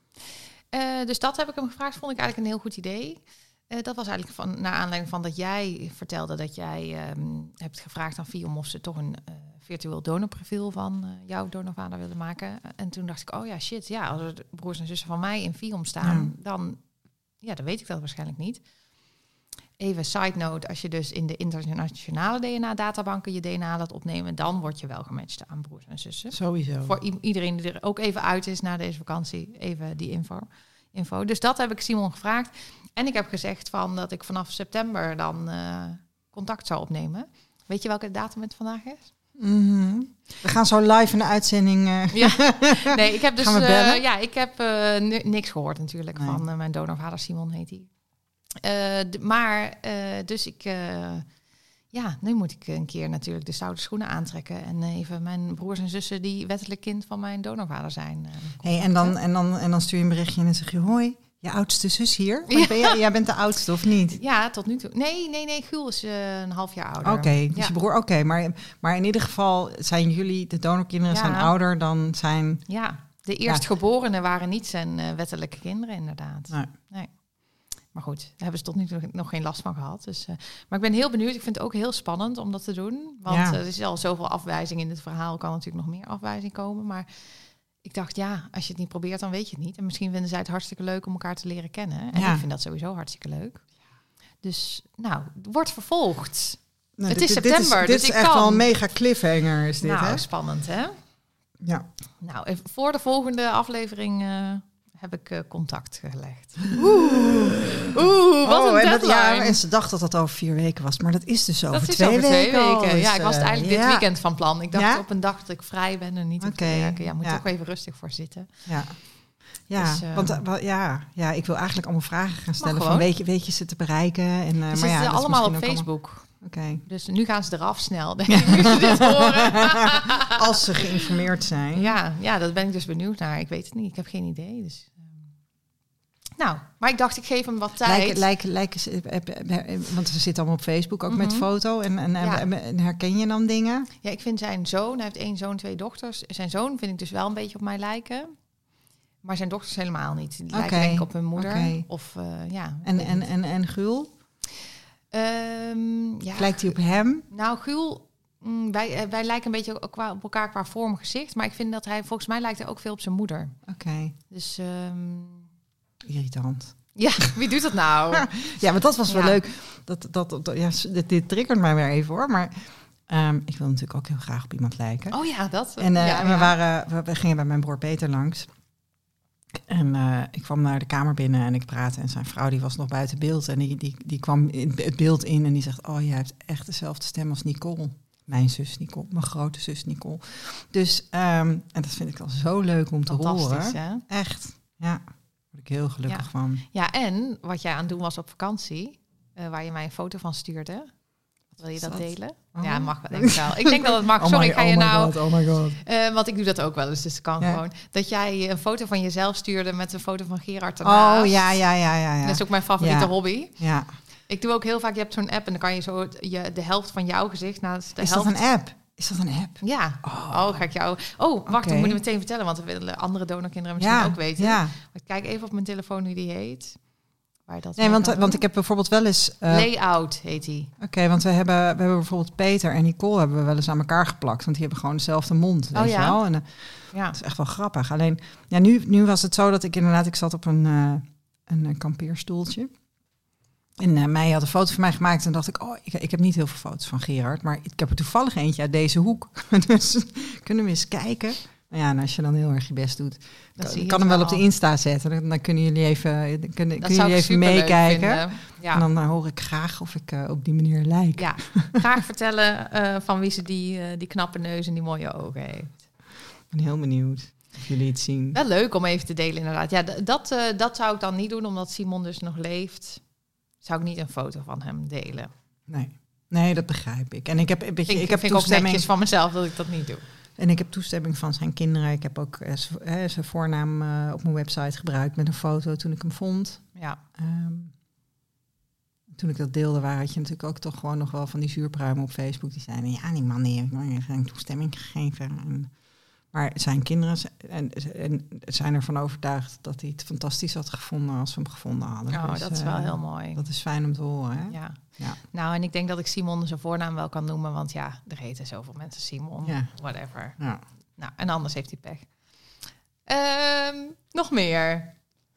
uh, dus dat heb ik hem gevraagd. Vond ik eigenlijk een heel goed idee. Uh, dat was eigenlijk van, naar aanleiding van dat jij vertelde dat jij um, hebt gevraagd aan Fiom of ze toch een uh, virtueel donorprofiel van uh, jouw donorvader willen maken. En toen dacht ik, oh ja, shit, ja, als er broers en zussen van mij in Fiom staan, ja. dan, ja, dan weet ik dat waarschijnlijk niet. Even side note, als je dus in de internationale D N A-databanken je D N A laat opnemen, dan word je wel gematcht aan broers en zussen. Sowieso. Voor i- iedereen die er ook even uit is na deze vakantie, even die info. info. Dus dat heb ik Simon gevraagd. En ik heb gezegd van dat ik vanaf september dan uh, contact zou opnemen. Weet je welke datum het vandaag is? Mm-hmm. We gaan zo live in de uitzending. Uh, ja. Nee, ik heb dus gaan we bellen? Uh, ja, ik heb uh, n- niks gehoord natuurlijk nee. van uh, mijn donorvader Simon heet hij. Uh, d- maar uh, dus ik, uh, ja, nu moet ik een keer natuurlijk de stoute schoenen aantrekken en even mijn broers en zussen die wettelijk kind van mijn donorvader zijn. Uh, hey, en, dan, en, dan, en dan stuur je een berichtje en dan zeg je hoi, je oudste zus hier? Ja. Ben jij, jij bent de oudste of niet? Ja, tot nu toe. Nee, nee, nee, Gul is uh, een half jaar ouder. Oké, okay, dus ja. je broer, oké, okay, maar, maar in ieder geval zijn jullie, de donorkinderen, ja. zijn ouder dan zijn... Ja, de eerstgeborenen ja. waren niet zijn uh, wettelijke kinderen inderdaad. Nee. nee. Maar goed, daar hebben ze tot nu toe nog geen last van gehad. Dus, uh, maar ik ben heel benieuwd. Ik vind het ook heel spannend om dat te doen. Want ja. uh, er is al zoveel afwijzing in het verhaal. Kan natuurlijk nog meer afwijzing komen. Maar ik dacht, ja, als je het niet probeert, dan weet je het niet. En misschien vinden zij het hartstikke leuk om elkaar te leren kennen. En ja. ik vind dat sowieso hartstikke leuk. Dus, nou, wordt vervolgd. Nou, het dit, is september, dit is, dus dit is ik echt kan. wel een mega cliffhanger, is dit, nou, hè? Spannend, hè? Ja. Nou, even voor de volgende aflevering... Uh, heb ik uh, contact gelegd. Oeh, Oeh wat oh, een en, dat, ja, en ze dacht dat dat over vier weken was, maar dat is dus over dat is twee over weken. Twee weken. Dus, ja, ik was het eigenlijk uh, dit ja. weekend van plan. Ik dacht ja? op een dag dat ik vrij ben en niet op okay. te werken. Ja, moet ja. toch even rustig voor zitten. Ja, ja, dus, uh, want uh, ja, ja, ik wil eigenlijk allemaal vragen gaan stellen. Van weet je, weet je ze te bereiken? En, uh, ze maar ja, zitten allemaal op Facebook. allemaal... Okay. Dus nu gaan ze eraf snel, denk ik, nu ze dit horen. Als ze geïnformeerd zijn. Ja, ja, dat ben ik dus benieuwd naar. Ik weet het niet, ik heb geen idee. Dus, um... Nou, maar ik dacht, ik geef hem wat tijd. Lijken, lijken, lijken, want ze zitten allemaal op Facebook ook mm-hmm. met foto. En, en, ja. en, en herken je dan dingen? Ja, ik vind zijn zoon, hij heeft één zoon, twee dochters. Zijn zoon vind ik dus wel een beetje op mij lijken. Maar zijn dochters helemaal niet. Die okay. lijken denk ik op hun moeder. Okay. Of, uh, ja, en, en, en, en Gul? Um, ja, lijkt hij op hem? Nou, Gul, mm, wij, wij lijken een beetje qua, op elkaar qua vorm gezicht. Maar ik vind dat hij, volgens mij lijkt hij ook veel op zijn moeder. Oké. Okay. Dus... Um... Irritant. Ja, wie doet dat nou? Ja, maar dat was wel ja. leuk. Dat, dat, dat, ja, dit, dit triggert mij weer even hoor. Maar um, ik wil natuurlijk ook heel graag op iemand lijken. Oh ja, dat. En, uh, ja, en we, ja. waren, we, we gingen bij mijn broer Peter langs. En uh, ik kwam naar de kamer binnen en ik praatte. En zijn vrouw die was nog buiten beeld. En die, die, die kwam in het beeld in en die zegt... oh, jij hebt echt dezelfde stem als Nicole. Mijn zus Nicole, mijn grote zus Nicole. Dus, um, en dat vind ik al zo leuk om te horen. Hè? Echt, ja. Daar word ik heel gelukkig ja. van. Ja, en wat jij aan het doen was op vakantie... Uh, waar je mij een foto van stuurde... Wil je dat, dat delen? Oh. Ja, mag wel, denk ik wel. Ik denk dat het mag. Oh Sorry, my, ga je oh nou... God, oh my god. Uh, want ik doe dat ook wel eens, dus het kan ja. gewoon. Dat jij een foto van jezelf stuurde met een foto van Gerard ernaast. Oh, ja, ja, ja, ja, ja. Dat is ook mijn favoriete ja. hobby. Ja. Ik doe ook heel vaak, je hebt zo'n app... en dan kan je zo je, de helft van jouw gezicht... naast de is helft... dat een app? Is dat een app? Ja. Oh, oh ga ik jou... Oh, wacht, okay. ik moet het meteen vertellen... want dat willen andere donorkinderen misschien ja. ook weten. Ja. Maar kijk even op mijn telefoon hoe die heet... Waar dat nee, want, want ik heb bijvoorbeeld wel eens... Uh, Layout heet die. Oké, okay, want we hebben, we hebben bijvoorbeeld Peter en Nicole... hebben we wel eens aan elkaar geplakt. Want die hebben gewoon dezelfde mond, weet oh, je ja? wel. En, uh, ja. Dat is echt wel grappig. Alleen, ja, nu, nu was het zo dat ik inderdaad... Ik zat op een, uh, een, een kampeerstoeltje. En uh, mij had een foto van mij gemaakt. En dacht ik, oh, ik, ik heb niet heel veel foto's van Gerard. Maar ik heb er toevallig eentje uit deze hoek. Dus kunnen we eens kijken... Ja, en als je dan heel erg je best doet, dat kan, kan hem wel op de Insta zetten. Dan, dan kunnen jullie even, dan kunnen, kunnen jullie even meekijken. Ja. En dan uh, hoor ik graag of ik uh, op die manier lijk. Ja, graag vertellen uh, van wie ze die, uh, die knappe neus en die mooie ogen heeft. Ik ben heel benieuwd of jullie het zien. Wel leuk om even te delen inderdaad. Ja, d- dat, uh, dat zou ik dan niet doen, omdat Simon dus nog leeft. Zou ik niet een foto van hem delen. Nee, nee dat begrijp ik. En ik heb, een beetje, vind, ik heb vind toestemming... ook netjes van mezelf dat ik dat niet doe. En ik heb toestemming van zijn kinderen. Ik heb ook uh, zijn voornaam uh, op mijn website gebruikt met een foto toen ik hem vond. Ja. Um, toen ik dat deelde, waar had je natuurlijk ook toch gewoon nog wel van die zuurpruimen op Facebook. Die zeiden, ja, die man die heeft geen toestemming gegeven. En, maar zijn kinderen en, en zijn ervan overtuigd dat hij het fantastisch had gevonden als we hem gevonden hadden. Oh, dus, dat is wel uh, heel mooi. Dat is fijn om te horen, hè? Ja. Ja. Nou, en ik denk dat ik Simon zijn voornaam wel kan noemen, want ja, er heten zoveel mensen Simon, ja. whatever. Ja. Nou, en anders heeft hij pech. Um, nog meer?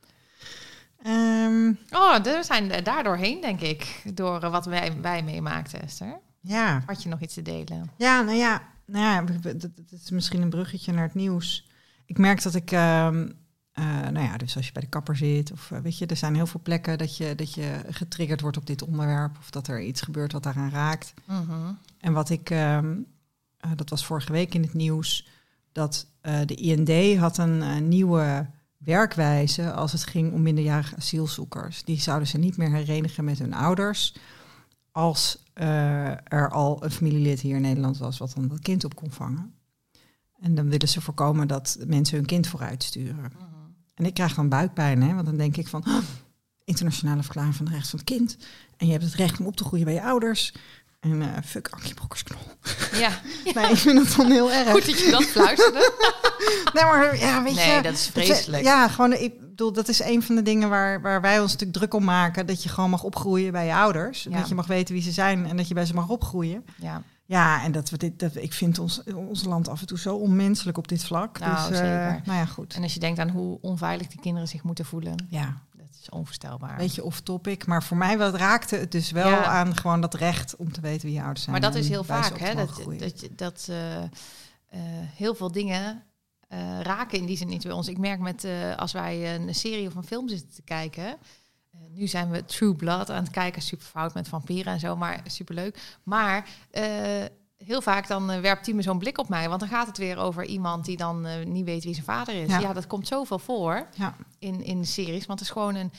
Um, oh, we zijn daar doorheen, denk ik, door uh, wat wij, wij meemaakten, Esther. Ja. Had je nog iets te delen? Ja, nou ja, nou ja, dat is misschien een bruggetje naar het nieuws. Ik merk dat ik... Um, Uh, nou ja, dus als je bij de kapper zit, of uh, weet je, er zijn heel veel plekken dat je, dat je getriggerd wordt op dit onderwerp, of dat er iets gebeurt wat daaraan raakt. Mm-hmm. En wat ik, um, uh, dat was vorige week in het nieuws, dat uh, de I N D had een uh, nieuwe werkwijze als het ging om minderjarige asielzoekers. Die zouden ze niet meer herenigen met hun ouders als uh, er al een familielid hier in Nederland was wat dan dat kind op kon vangen. En dan willen ze voorkomen dat mensen hun kind vooruit sturen. Mm-hmm. En ik krijg dan buikpijn, hè, want dan denk ik van... Oh, internationale verklaring van de rechten van het kind. En je hebt het recht om op te groeien bij je ouders. En uh, fuck Ankie Brokkersknol. Ja. Nee, ik vind het dan heel erg. Goed dat je dat fluisterde. Nee, maar ja, weet nee, je... dat is vreselijk. Ja, gewoon, ik bedoel, dat is een van de dingen waar, waar wij ons natuurlijk druk om maken. Dat je gewoon mag opgroeien bij je ouders. Ja. Dat je mag weten wie ze zijn en dat je bij ze mag opgroeien. Ja. Ja, en dat we dit, dat, ik vind ons, ons land af en toe zo onmenselijk op dit vlak. Nou, dus, uh, zeker. Nou ja, goed. En als je denkt aan hoe onveilig die kinderen zich moeten voelen. Ja. Dat is onvoorstelbaar. Beetje off-topic, maar voor mij wel, raakte het dus wel ja. aan gewoon dat recht om te weten wie je ouders zijn. Maar dat is heel vaak, hè? Dat, groeien. dat, dat uh, uh, heel veel dingen uh, raken in die zin niet bij ons. Ik merk met uh, als wij een serie of een film zitten te kijken... Uh, nu zijn we True Blood aan het kijken, super fout met vampieren en zo, maar superleuk. Maar uh, heel vaak dan uh, werpt Timo zo'n blik op mij, want dan gaat het weer over iemand die dan uh, niet weet wie zijn vader is. Ja, ja dat komt zoveel voor ja. in, in de series, want het is gewoon een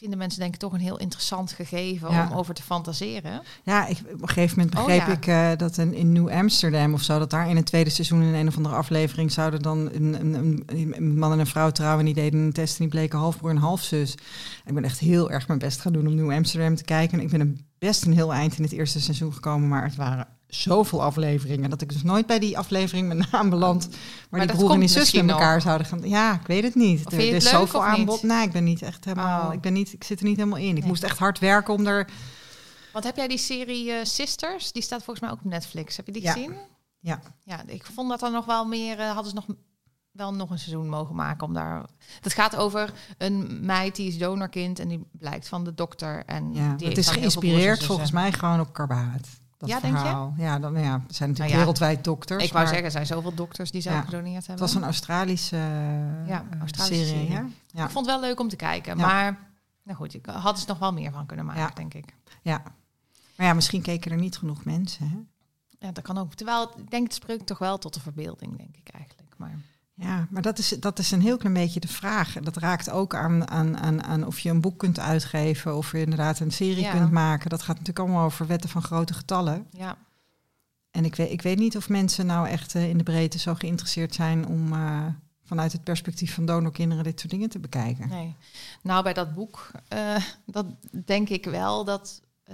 vinden mensen denk ik toch een heel interessant gegeven Ja. om over te fantaseren. Ja, ik, op een gegeven moment Oh, begreep ja. ik uh, dat in, in New Amsterdam of zo, dat daar in het tweede seizoen in een of andere aflevering zouden dan een, een, een, een man en een vrouw trouwen en die deden een test en die bleken halfbroer en halfzus. Ik ben echt heel erg mijn best gaan doen om New Amsterdam te kijken. En ik ben een best een heel eind in het eerste seizoen gekomen, maar het waren zoveel afleveringen dat ik dus nooit bij die aflevering met naam beland. Maar, maar die broer en die zus met elkaar nog. zouden gaan. Ja, ik weet het niet. Of er, je het er is leuk zoveel of aanbod. niet? Nee, ik ben niet echt helemaal. Oh. Ik ben niet. Ik zit er niet helemaal in. Ik nee. moest echt hard werken om er. Want heb jij die serie uh, Sisters? Die staat volgens mij ook op Netflix. Heb je die ja. gezien? Ja. Ja, ik vond dat er nog wel meer. Uh, hadden ze nog wel nog een seizoen mogen maken om daar. Het gaat over een meid die is donorkind en die blijkt van de dokter en ja, die het is geïnspireerd volgens mij gewoon op Karbaat. Dat ja, verhaal. denk je? Ja, dan, ja, er zijn natuurlijk nou ja, wereldwijd dokters. Ik wou zeggen, er zijn zoveel dokters die zelf ja, gedoneerd hebben. Het was een Australische, uh, ja, Australische serie. serie. Ja? Ja. Ik vond het wel leuk om te kijken, ja. maar nou goed, ik had er nog wel meer van kunnen maken, ja. denk ik. Ja, maar ja, misschien keken er niet genoeg mensen. Hè? Ja, dat kan ook. Terwijl, ik denk, het spreekt toch wel tot de verbeelding, denk ik eigenlijk. Maar ja, maar dat is, dat is een heel klein beetje de vraag. Dat raakt ook aan, aan, aan, aan of je een boek kunt uitgeven of je inderdaad een serie ja. kunt maken. Dat gaat natuurlijk allemaal over wetten van grote getallen. Ja. En ik weet, ik weet niet of mensen nou echt uh, in de breedte zo geïnteresseerd zijn om uh, vanuit het perspectief van donorkinderen dit soort dingen te bekijken. Nee. Nou, bij dat boek, uh, dat denk ik wel dat, uh,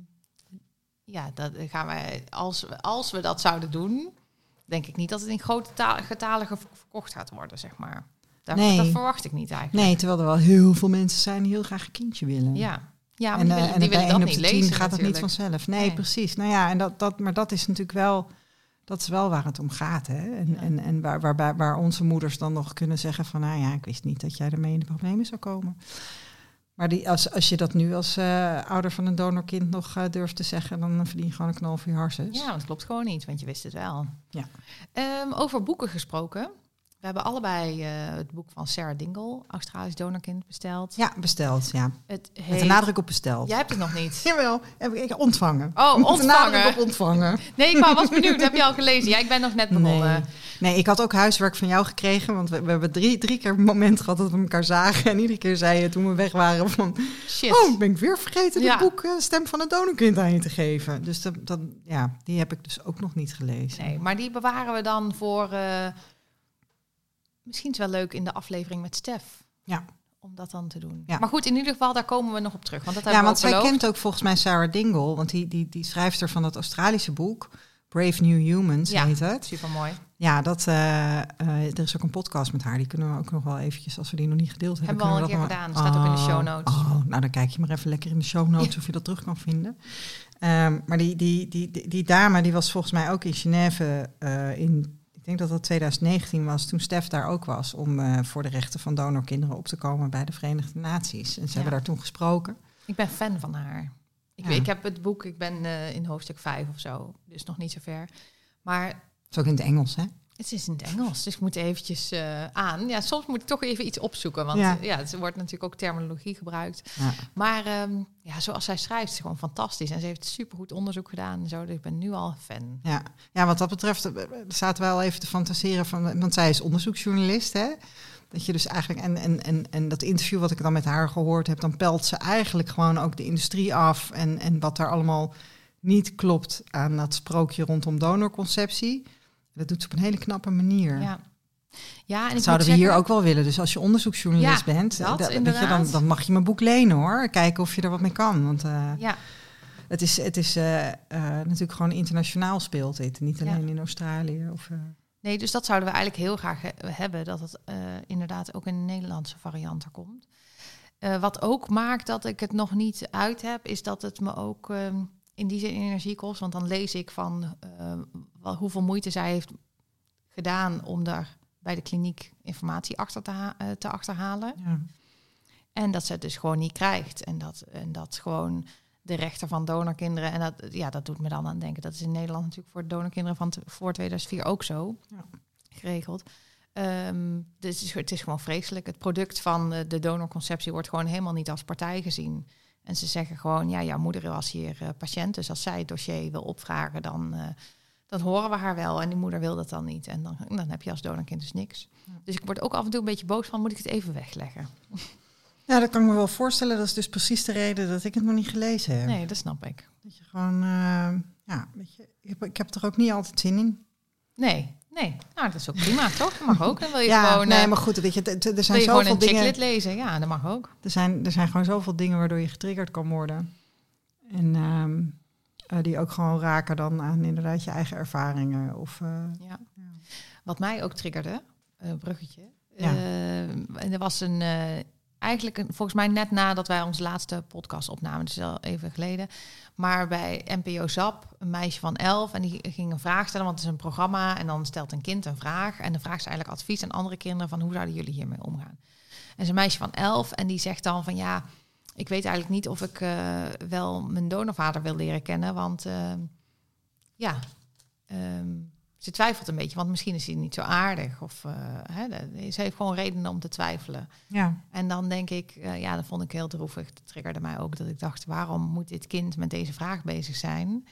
ja, dat gaan wij, als, als we dat zouden doen, denk ik niet dat het in grote ta- getalen ge- verkocht gaat worden, zeg maar. Daar, nee. Dat verwacht ik niet eigenlijk. Nee, terwijl er wel heel veel mensen zijn die heel graag een kindje willen. Ja. Ja, maar en, die willen, uh, die en willen dat op niet de lezen tien gaat natuurlijk. het niet vanzelf. Nee, nee. precies. Nou ja, en dat, dat, maar dat is natuurlijk wel, dat is wel waar het om gaat. Hè? En, ja. en, en waar, waar, waar onze moeders dan nog kunnen zeggen van, nou ja, ik wist niet dat jij ermee in de problemen zou komen. Maar die, als, als je dat nu als uh, ouder van een donorkind nog uh, durft te zeggen, dan verdien je gewoon een knal voor je harses. Ja, want het klopt gewoon niet, want je wist het wel. Ja. Um, over boeken gesproken. We hebben allebei uh, het boek van Sarah Dingle, Australisch donorkind, besteld. Ja, besteld, ja. Het heet... Met de nadruk op besteld. Jij hebt het nog niet. Jawel, heb ik ontvangen. Oh, ontvangen. Met de nadruk op ontvangen. Nee, ik was benieuwd. Heb je al gelezen? Ja, ik ben nog net begonnen. Nee, nee ik had ook huiswerk van jou gekregen, want we, we hebben drie, drie keer een moment gehad dat we elkaar zagen. En iedere keer zei je toen we weg waren van, shit. Oh, ben ik weer vergeten ja. het boek uh, Stem van een donorkind aan je te geven. Dus dat, dat, ja, die heb ik dus ook nog niet gelezen. Nee, maar die bewaren we dan voor... Uh, misschien is het wel leuk in de aflevering met Stef. Ja. Om dat dan te doen. Ja. Maar goed, in ieder geval, daar komen we nog op terug. Want dat ja, hebben want we ook zij beloofd. kent ook volgens mij Sarah Dingle, want die, die, die schrijfster van dat Australische boek, Brave New Humans ja, heet het. Supermooi. Ja, dat, uh, uh, er is ook een podcast met haar. Die kunnen we ook nog wel eventjes, als we die nog niet gedeeld hebben. Hebben we al een keer nog... gedaan. Dat staat oh, ook in de show notes. Oh, nou, dan kijk je maar even lekker in de show notes ja. of je dat terug kan vinden. Um, maar die, die, die, die, die dame, die was volgens mij ook in Genève uh, in... Ik denk dat dat twintig negentien was, toen Stef daar ook was... om uh, voor de rechten van donorkinderen op te komen bij de Verenigde Naties. En ze ja. hebben daar toen gesproken. Ik ben fan van haar. Ik, ja. ik heb het boek, ik ben uh, in hoofdstuk vijf of zo. Dus nog niet zo ver. Maar... Het is ook in het Engels, hè? Het is in het Engels, dus ik moet eventjes uh, aan. Ja, soms moet ik toch even iets opzoeken, want ja, ja er wordt natuurlijk ook terminologie gebruikt. Ja. Maar um, ja, zoals zij schrijft, is gewoon fantastisch. En ze heeft supergoed onderzoek gedaan en zo, dus ik ben nu al fan. Ja, ja wat dat betreft zaten we al even te fantaseren van, want zij is onderzoeksjournalist, hè? Dat je dus eigenlijk, en, en, en, en dat interview wat ik dan met haar gehoord heb, dan pelt ze eigenlijk gewoon ook de industrie af en, en wat daar allemaal niet klopt aan dat sprookje rondom donorconceptie. Dat doet ze op een hele knappe manier. Ja. Ja, en dat zouden we zeggen, hier ook wel willen. Dus als je onderzoeksjournalist ja, bent, dat, da, weet je, dan, dan mag je mijn boek lenen hoor. Kijken of je er wat mee kan. Want uh, ja. het is, het is uh, uh, natuurlijk gewoon internationaal speelt dit. Niet alleen ja. in Australië. Of, uh... Nee, dus dat zouden we eigenlijk heel graag he- hebben. Dat het uh, inderdaad ook in een Nederlandse variant er komt. Uh, wat ook maakt dat ik het nog niet uit heb, is dat het me ook... Uh, in die zin energie kost, want dan lees ik van uh, wel, hoeveel moeite zij heeft gedaan om daar bij de kliniek informatie achter te, ha- uh, te achterhalen. Ja. En dat ze het dus gewoon niet krijgt. En dat, en dat gewoon de rechter van donorkinderen, en dat, ja, dat doet me dan aan denken. Dat is in Nederland natuurlijk voor donorkinderen van te, voor tweeduizend vier ook zo ja. geregeld. Um, dus het is, het is gewoon vreselijk. Het product van de, de donorconceptie wordt gewoon helemaal niet als partij gezien. En ze zeggen gewoon, ja, jouw moeder was hier uh, patiënt, dus als zij het dossier wil opvragen, dan, uh, dan horen we haar wel. En die moeder wil dat dan niet. En dan, dan heb je als donorkind dus niks. Ja. Dus ik word ook af en toe een beetje boos van, moet ik het even wegleggen? Ja, dat kan ik me wel voorstellen. Dat is dus precies de reden dat ik het nog niet gelezen heb. Nee, dat snap ik. Dat je gewoon, uh, ja, weet je, ik heb, ik heb er ook niet altijd zin in. Nee, nee. Nou, dat is ook prima, toch? Dat mag ook. Dan wil je ja, gewoon... nee, uh, maar goed, weet je, er zijn wil je zoveel gewoon een dingen... chicklit lezen? Ja, dat mag ook. Er zijn, er zijn gewoon zoveel dingen waardoor je getriggerd kan worden. En um, uh, die ook gewoon raken dan aan inderdaad je eigen ervaringen. Of, uh, ja. Ja. Wat mij ook triggerde, een uh, bruggetje. Ja. Uh, er was een... Uh, Eigenlijk een, volgens mij net nadat wij onze laatste podcast opnamen, dus al even geleden. Maar bij N P O Zap, een meisje van elf, en die ging een vraag stellen, want het is een programma. En dan stelt een kind een vraag. En dan vraagt ze eigenlijk advies aan andere kinderen van hoe zouden jullie hiermee omgaan. En is een meisje van elf en die zegt dan van ja, ik weet eigenlijk niet of ik uh, wel mijn donorvader wil leren kennen. Want uh, ja, um, ze twijfelt een beetje, want misschien is hij niet zo aardig. Of uh, hè, ze heeft gewoon redenen om te twijfelen. Ja. En dan denk ik, uh, ja, dat vond ik heel droevig. Dat triggerde mij ook, dat ik dacht, waarom moet dit kind met deze vraag bezig zijn?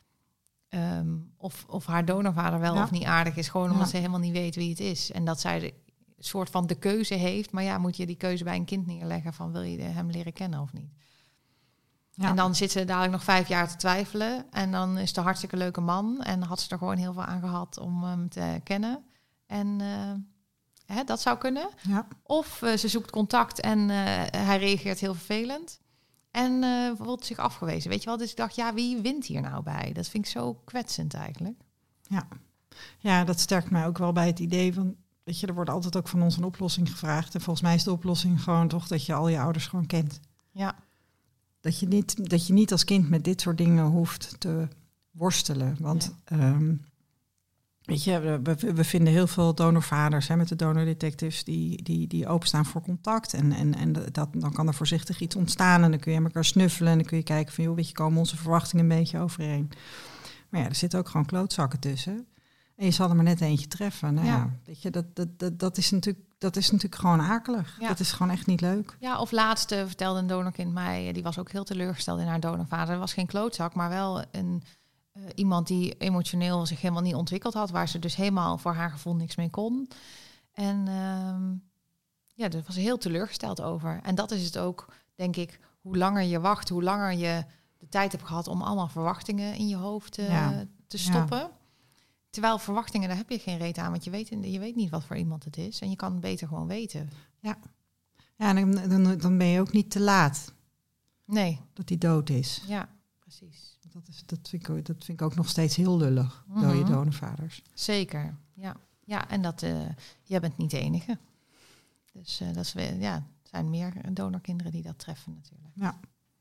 Um, of, of haar donorvader wel ja. of niet aardig is, gewoon omdat ja. ze helemaal niet weet wie het is. En dat zij de soort van de keuze heeft. Maar ja, moet je die keuze bij een kind neerleggen van wil je hem leren kennen of niet? Ja. En dan zit ze dadelijk nog vijf jaar te twijfelen. En dan is het een hartstikke leuke man. En had ze er gewoon heel veel aan gehad om hem te kennen. En uh, hè, dat zou kunnen. Ja. Of uh, ze zoekt contact en uh, hij reageert heel vervelend. En uh, wordt zich afgewezen. Weet je wel? Dus ik dacht, ja, wie wint hier nou bij? Dat vind ik zo kwetsend eigenlijk. Ja, ja, dat sterkt mij ook wel bij het idee van... Weet je, er wordt altijd ook van ons een oplossing gevraagd. En volgens mij is de oplossing gewoon toch dat je al je ouders gewoon kent. Ja. Dat je niet, dat je niet als kind met dit soort dingen hoeft te worstelen. Want ja. um, weet je, we, we vinden heel veel donorvaders hè, met de donordetectives die, die, die openstaan voor contact. En, en, en dat, dan kan er voorzichtig iets ontstaan en dan kun je aan elkaar snuffelen. En dan kun je kijken van, joh, weet je, komen onze verwachtingen een beetje overeen. Maar ja, er zitten ook gewoon klootzakken tussen. En je zal er maar net eentje treffen. Nou ja, ja weet je, dat, dat, dat, dat, is natuurlijk, dat is natuurlijk gewoon akelig. Ja. Dat is gewoon echt niet leuk. Ja, of laatst uh, vertelde een donorkind mij, die was ook heel teleurgesteld in haar donorvader. Er was geen klootzak, maar wel een, uh, iemand die emotioneel zich helemaal niet ontwikkeld had, waar ze dus helemaal voor haar gevoel niks mee kon. En uh, ja, daar was ze heel teleurgesteld over. En dat is het ook, denk ik, hoe langer je wacht, hoe langer je de tijd hebt gehad om allemaal verwachtingen in je hoofd uh, ja. te stoppen. Ja. Terwijl verwachtingen, daar heb je geen reet aan, want je weet, je weet niet wat voor iemand het is. En je kan het beter gewoon weten. Ja, ja en dan, dan, dan ben je ook niet te laat. Nee. Dat hij dood is. Ja, precies. Dat, is, dat, vind ik, dat vind ik ook nog steeds heel lullig, mm-hmm. door je donorvaders. Zeker, ja. Ja, en dat, uh, jij bent niet de enige. Dus uh, dat is, ja, er zijn meer donorkinderen die dat treffen natuurlijk. Ja.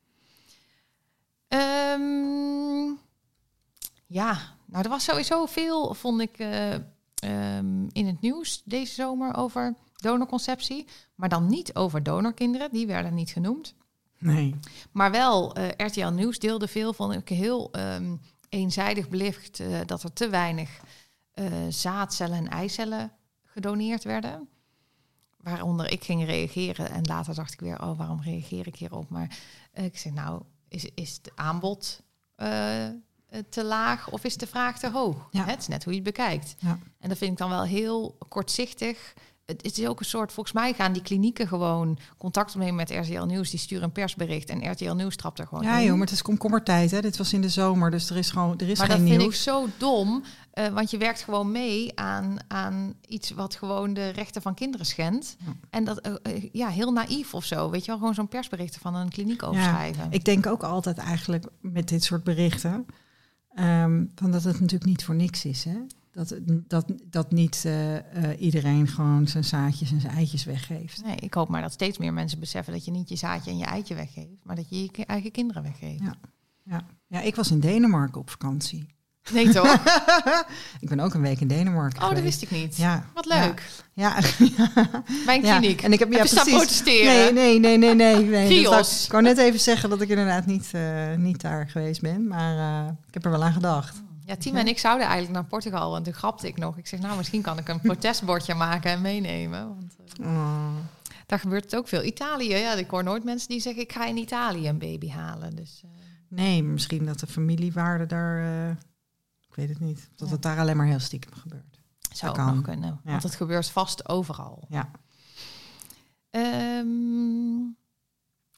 Um, ja, nou, er was sowieso veel, vond ik, uh, um, in het nieuws deze zomer over donorconceptie. Maar dan niet over donorkinderen, die werden niet genoemd. Nee. Maar wel, uh, R T L Nieuws deelde veel, vond ik heel um, eenzijdig belicht uh, dat er te weinig uh, zaadcellen en eicellen gedoneerd werden. Waaronder ik ging reageren en later dacht ik weer, oh, waarom reageer ik hierop? Maar uh, ik zeg, nou, is, is het aanbod uh, te laag of is de vraag te hoog? Ja. Het is net hoe je het bekijkt. Ja. En dat vind ik dan wel heel kortzichtig. Het is ook een soort, volgens mij gaan die klinieken gewoon contact opnemen met R T L Nieuws. Die sturen een persbericht en R T L Nieuws trapt er gewoon ja, in. Ja joh, maar het is komkommertijd, hè. Dit was in de zomer, dus er is gewoon er is maar geen nieuws. Maar dat vind ik zo dom, uh, want je werkt gewoon mee aan, aan iets wat gewoon de rechten van kinderen schendt. Ja. En dat, uh, uh, ja, heel naïef of zo. Weet je wel, gewoon zo'n persbericht van een kliniek overschrijven. Ja, ik denk ook altijd eigenlijk met dit soort berichten, um, van dat het natuurlijk niet voor niks is, hè. Dat, dat, dat niet uh, uh, iedereen gewoon zijn zaadjes en zijn eitjes weggeeft. Nee, ik hoop maar dat steeds meer mensen beseffen dat je niet je zaadje en je eitje weggeeft, maar dat je je eigen kinderen weggeeft. Ja, ja. ja ik was in Denemarken op vakantie. Nee toch? Ik ben ook een week in Denemarken Oh, geweest. Dat wist ik niet. Ja. Wat leuk. Ja. ja. Bij een kliniek. Ja. En ik heb, heb ja, je staan protesteren? Nee, nee, nee, nee. nee, nee. Dat ik, ik wou net even zeggen dat ik inderdaad niet, uh, niet daar geweest ben, maar uh, ik heb er wel aan gedacht. Ja, Tim en ik zouden eigenlijk naar Portugal, want toen grapte ik nog. Ik zeg, nou, misschien kan ik een protestbordje maken en meenemen. Want uh, oh. daar gebeurt het ook veel. Italië, ja, ik hoor nooit mensen die zeggen, ik ga in Italië een baby halen. Dus, uh, nee, misschien dat de familiewaarde daar, uh, ik weet het niet. Dat ja. het daar alleen maar heel stiekem gebeurt. Zou ook nog kunnen, ja. Want het gebeurt vast overal. Ja. Um,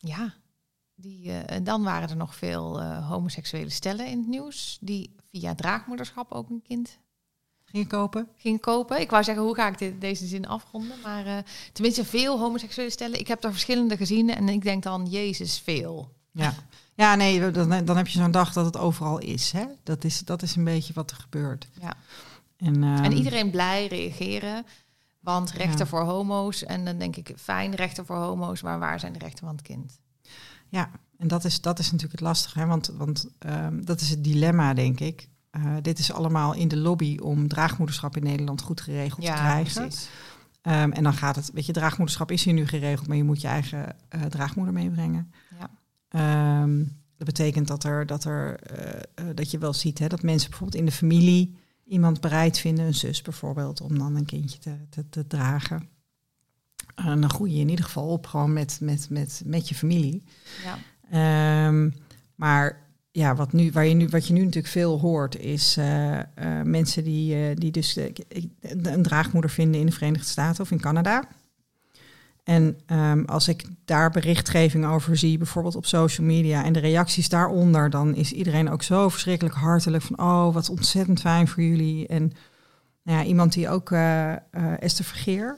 Ja, die, uh, dan waren er nog veel uh, homoseksuele stellen in het nieuws... die via draagmoederschap ook een kind... Ging kopen? Ging kopen. Ik wou zeggen, hoe ga ik dit, deze zin afronden? Maar uh, tenminste, veel homoseksuele stellen. Ik heb er verschillende gezien en ik denk dan, jezus, veel. Ja, ja nee, dan, dan heb je zo'n dag dat het overal is. Hè? Dat is. Dat is een beetje wat er gebeurt. Ja. En, um, en iedereen blij reageren, want rechten ja. voor homo's. En dan denk ik, fijn, rechten voor homo's, maar waar zijn de rechten van het kind? Ja, en dat is, dat is natuurlijk het lastige. Hè? Want, want um, dat is het dilemma, denk ik. Uh, dit is allemaal in de lobby om draagmoederschap in Nederland goed geregeld ja, te krijgen. Precies. Um, en dan gaat het, weet je, draagmoederschap is hier nu geregeld, maar je moet je eigen uh, draagmoeder meebrengen. Ja. Um, dat betekent dat er, dat er, uh, uh, dat je wel ziet, hè, dat mensen bijvoorbeeld in de familie iemand bereid vinden, een zus bijvoorbeeld, om dan een kindje te, te, te dragen. Uh, en dan groei je in ieder geval op gewoon met, met, met, met je familie. Ja. Um, maar ja, wat, nu, waar je nu, wat je nu natuurlijk veel hoort, is uh, uh, mensen die, uh, die dus uh, een draagmoeder vinden in de Verenigde Staten of in Canada. En um, als ik daar berichtgeving over zie, bijvoorbeeld op social media en de reacties daaronder, dan is iedereen ook zo verschrikkelijk hartelijk van, oh, wat ontzettend fijn voor jullie. En nou ja, iemand die ook, uh, uh, Esther Vergeer,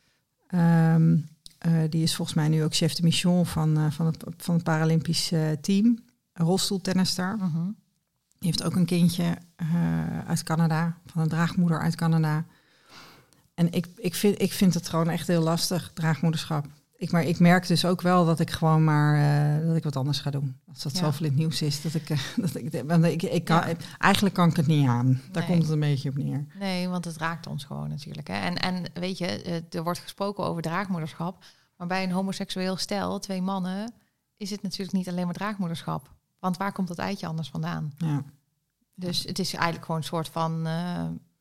um, uh, die is volgens mij nu ook chef de mission van, uh, van, het, van het Paralympisch uh, team. Een rolstoeltennister. Uh-huh. Die heeft ook een kindje uh, uit Canada, van een draagmoeder uit Canada. En ik, ik, vind, ik vind het gewoon echt heel lastig, draagmoederschap. Ik, maar ik merk dus ook wel dat ik gewoon maar uh, dat ik wat anders ga doen. Als dat ja. zoveel in het nieuws is, dat ik, uh, dat ik, want ik, ik kan, ja. eigenlijk kan ik het niet aan. Daar nee. komt het een beetje op neer. Nee, want het raakt ons gewoon natuurlijk. Hè. En, en weet je, er wordt gesproken over draagmoederschap, maar bij een homoseksueel stel, twee mannen, is het natuurlijk niet alleen maar draagmoederschap. Want waar komt dat eitje anders vandaan? Ja. Dus het is eigenlijk gewoon een soort van... Uh...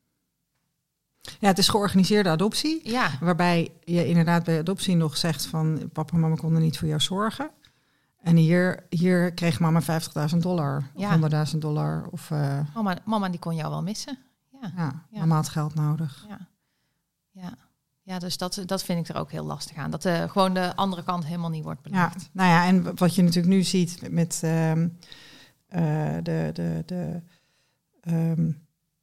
Ja, het is georganiseerde adoptie. Ja. Waarbij je inderdaad bij adoptie nog zegt van... papa en mama konden niet voor jou zorgen. En hier, hier kreeg mama vijftigduizend dollar. Ja. Of honderdduizend dollar. Of, uh... mama, mama die kon jou wel missen. Ja, ja, ja. Mama had geld nodig. Ja, ja. Ja, dus dat, dat vind ik er ook heel lastig aan. Dat uh, gewoon de andere kant helemaal niet wordt belicht. Ja, nou ja, en wat je natuurlijk nu ziet met um, uh, de, de, de, um,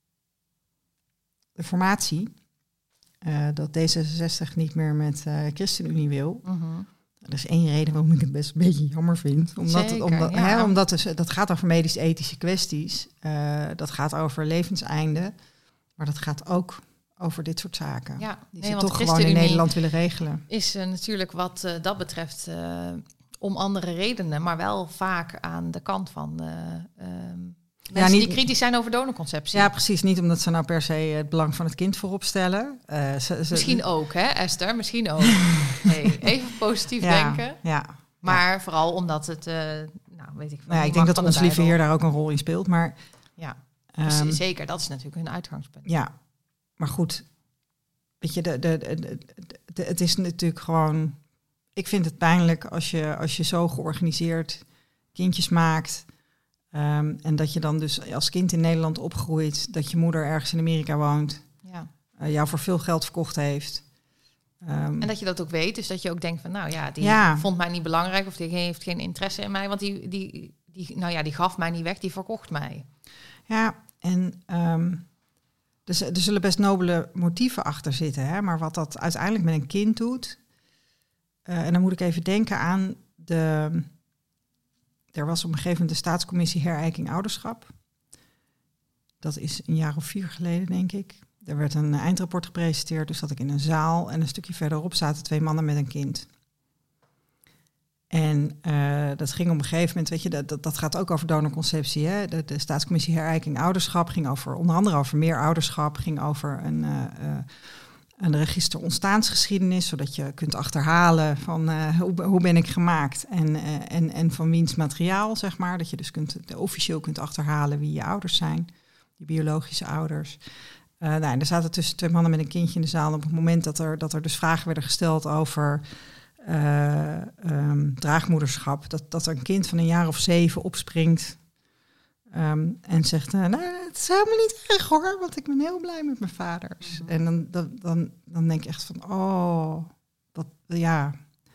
de formatie... Uh, dat D zesenzestig niet meer met uh, ChristenUnie wil. Uh-huh. Er is één reden waarom ik het best een beetje jammer vind. Omdat, Zeker, omdat, ja. hè, omdat dus, dat gaat over medisch-ethische kwesties. Uh, dat gaat over levenseinde. Maar dat gaat ook... over dit soort zaken. Ja, die nee, ze toch gewoon in Nederland willen regelen. Is uh, natuurlijk wat uh, dat betreft uh, om andere redenen, maar wel vaak aan de kant van uh, uh, mensen ja, niet, die kritisch zijn over donorconceptie. Ja, precies. Niet omdat ze nou per se het belang van het kind voorop stellen. Uh, ze, ze, misschien ook, hè, Esther? Misschien ook. Hey, even positief ja, denken. Ja, maar ja. vooral omdat het, uh, nou, weet ik. Nou ja, ik denk dat ons lieve Heer daar ook een rol in speelt. Maar ja, um, zeker. Dat is natuurlijk hun uitgangspunt. Ja. Maar goed, weet je, de, de, de, de, de, het is natuurlijk gewoon... Ik vind het pijnlijk als je, als je zo georganiseerd kindjes maakt... Um, en dat je dan dus als kind in Nederland opgroeit... dat je moeder ergens in Amerika woont... Ja. Uh, jou voor veel geld verkocht heeft. Um, en dat je dat ook weet, dus dat je ook denkt van... nou ja, die ja. vond mij niet belangrijk... of die heeft geen interesse in mij... want die, die, die, nou ja, die gaf mij niet weg, die verkocht mij. Ja, en... Um, Dus er zullen best nobele motieven achter zitten. Hè? Maar wat dat uiteindelijk met een kind doet... Uh, en dan moet ik even denken aan de... Er was op een gegeven moment de Staatscommissie Herijking Ouderschap. Dat is een jaar of vier geleden, denk ik. Er werd een eindrapport gepresenteerd. Dus zat ik in een zaal. En een stukje verderop zaten twee mannen met een kind. En uh, dat ging op een gegeven moment, weet je, dat, dat, dat gaat ook over donorconceptie. Hè? De, de Staatscommissie Herijking Ouderschap ging over, onder andere over meer ouderschap, ging over een, uh, uh, een register ontstaansgeschiedenis, zodat je kunt achterhalen van uh, hoe, hoe ben ik gemaakt en, uh, en, en van wiens materiaal, zeg maar. Dat je dus kunt, officieel kunt achterhalen wie je ouders zijn, die biologische ouders. Uh, nou, en er zaten tussen twee mannen met een kindje in de zaal. Op het moment dat er, dat er dus vragen werden gesteld over... Uh, um, draagmoederschap, dat, dat er een kind van een jaar of zeven opspringt um, en zegt, uh, nou, het is helemaal niet erg hoor, want ik ben heel blij met mijn vaders. Mm-hmm. En dan, dan, dan, dan denk ik echt van, oh, dat, ja,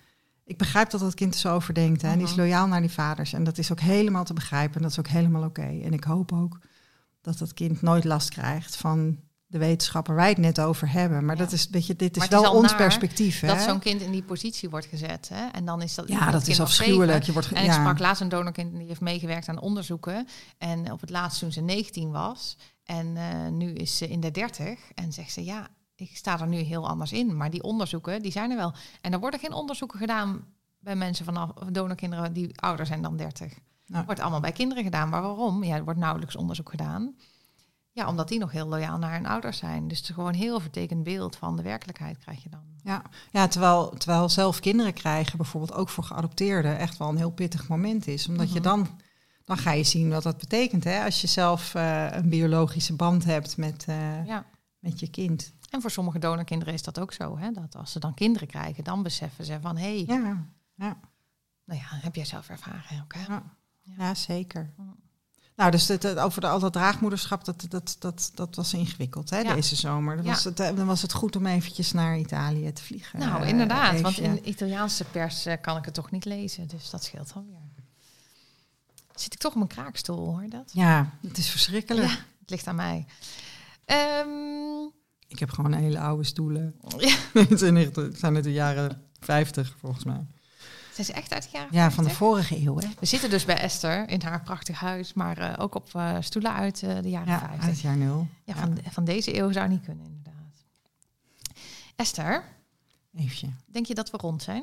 ik begrijp dat dat kind er zo over denkt. Hè? En die is loyaal naar die vaders. En dat is ook helemaal te begrijpen. En dat is ook helemaal oké. Okay. En ik hoop ook dat dat kind nooit last krijgt van de wetenschapper waar wij het net over hebben. Maar ja. dat is, weet je, dit is maar wel is ons perspectief. Hè? Dat zo'n kind in die positie wordt gezet. Hè? En dan is dat. Ja, dat is afschuwelijk. Je wordt ge- en ik ja. sprak laatst een donorkind die heeft meegewerkt aan onderzoeken. En op het laatst toen ze negentien was. En uh, nu is ze in de dertig. En zegt ze, ja, ik sta er nu heel anders in. Maar die onderzoeken, die zijn er wel. En er worden geen onderzoeken gedaan bij mensen vanaf donorkinderen die ouder zijn dan dertig. Nou. Wordt allemaal bij kinderen gedaan. Maar waarom? Ja, er wordt nauwelijks onderzoek gedaan. Ja, omdat die nog heel loyaal naar hun ouders zijn. Dus het is gewoon een heel vertekend beeld van de werkelijkheid krijg je dan. Ja, ja terwijl, terwijl zelf kinderen krijgen, bijvoorbeeld ook voor geadopteerden, echt wel een heel pittig moment is. Omdat mm-hmm. je dan, dan ga je zien wat dat betekent. Hè? Als je zelf uh, een biologische band hebt met, uh, ja. met je kind. En voor sommige donorkinderen is dat ook zo. Hè? Dat als ze dan kinderen krijgen, dan beseffen ze van, hé, hey, ja, ja. nou ja, heb jij zelf ervaren ook, hè? Ja, ja. ja zeker. Ja. Nou, dus het, het, over de, al dat draagmoederschap, dat, dat, dat, dat was ingewikkeld, hè, ja. deze zomer. Dan, ja. was het, dan was het goed om eventjes naar Italië te vliegen. Nou, inderdaad, uh, want in de Italiaanse pers uh, kan ik het toch niet lezen. Dus dat scheelt dan weer. Zit ik toch op mijn kraakstoel, hoor dat? Ja, het is verschrikkelijk. Ja, het ligt aan mij. Um, ik heb gewoon hele oude stoelen. Ja. Het zijn uit de jaren vijftig, volgens mij. Zijn ze echt uit de jaren Ja, van de vorige eeuw, hè? We zitten dus bij Esther in haar prachtig huis, maar uh, ook op uh, stoelen uit uh, de jaren ja, vijftig. Uit het jaar nul. Ja, van, ja. van deze eeuw zou niet kunnen, inderdaad. Esther, Eefje. Denk je dat we rond zijn?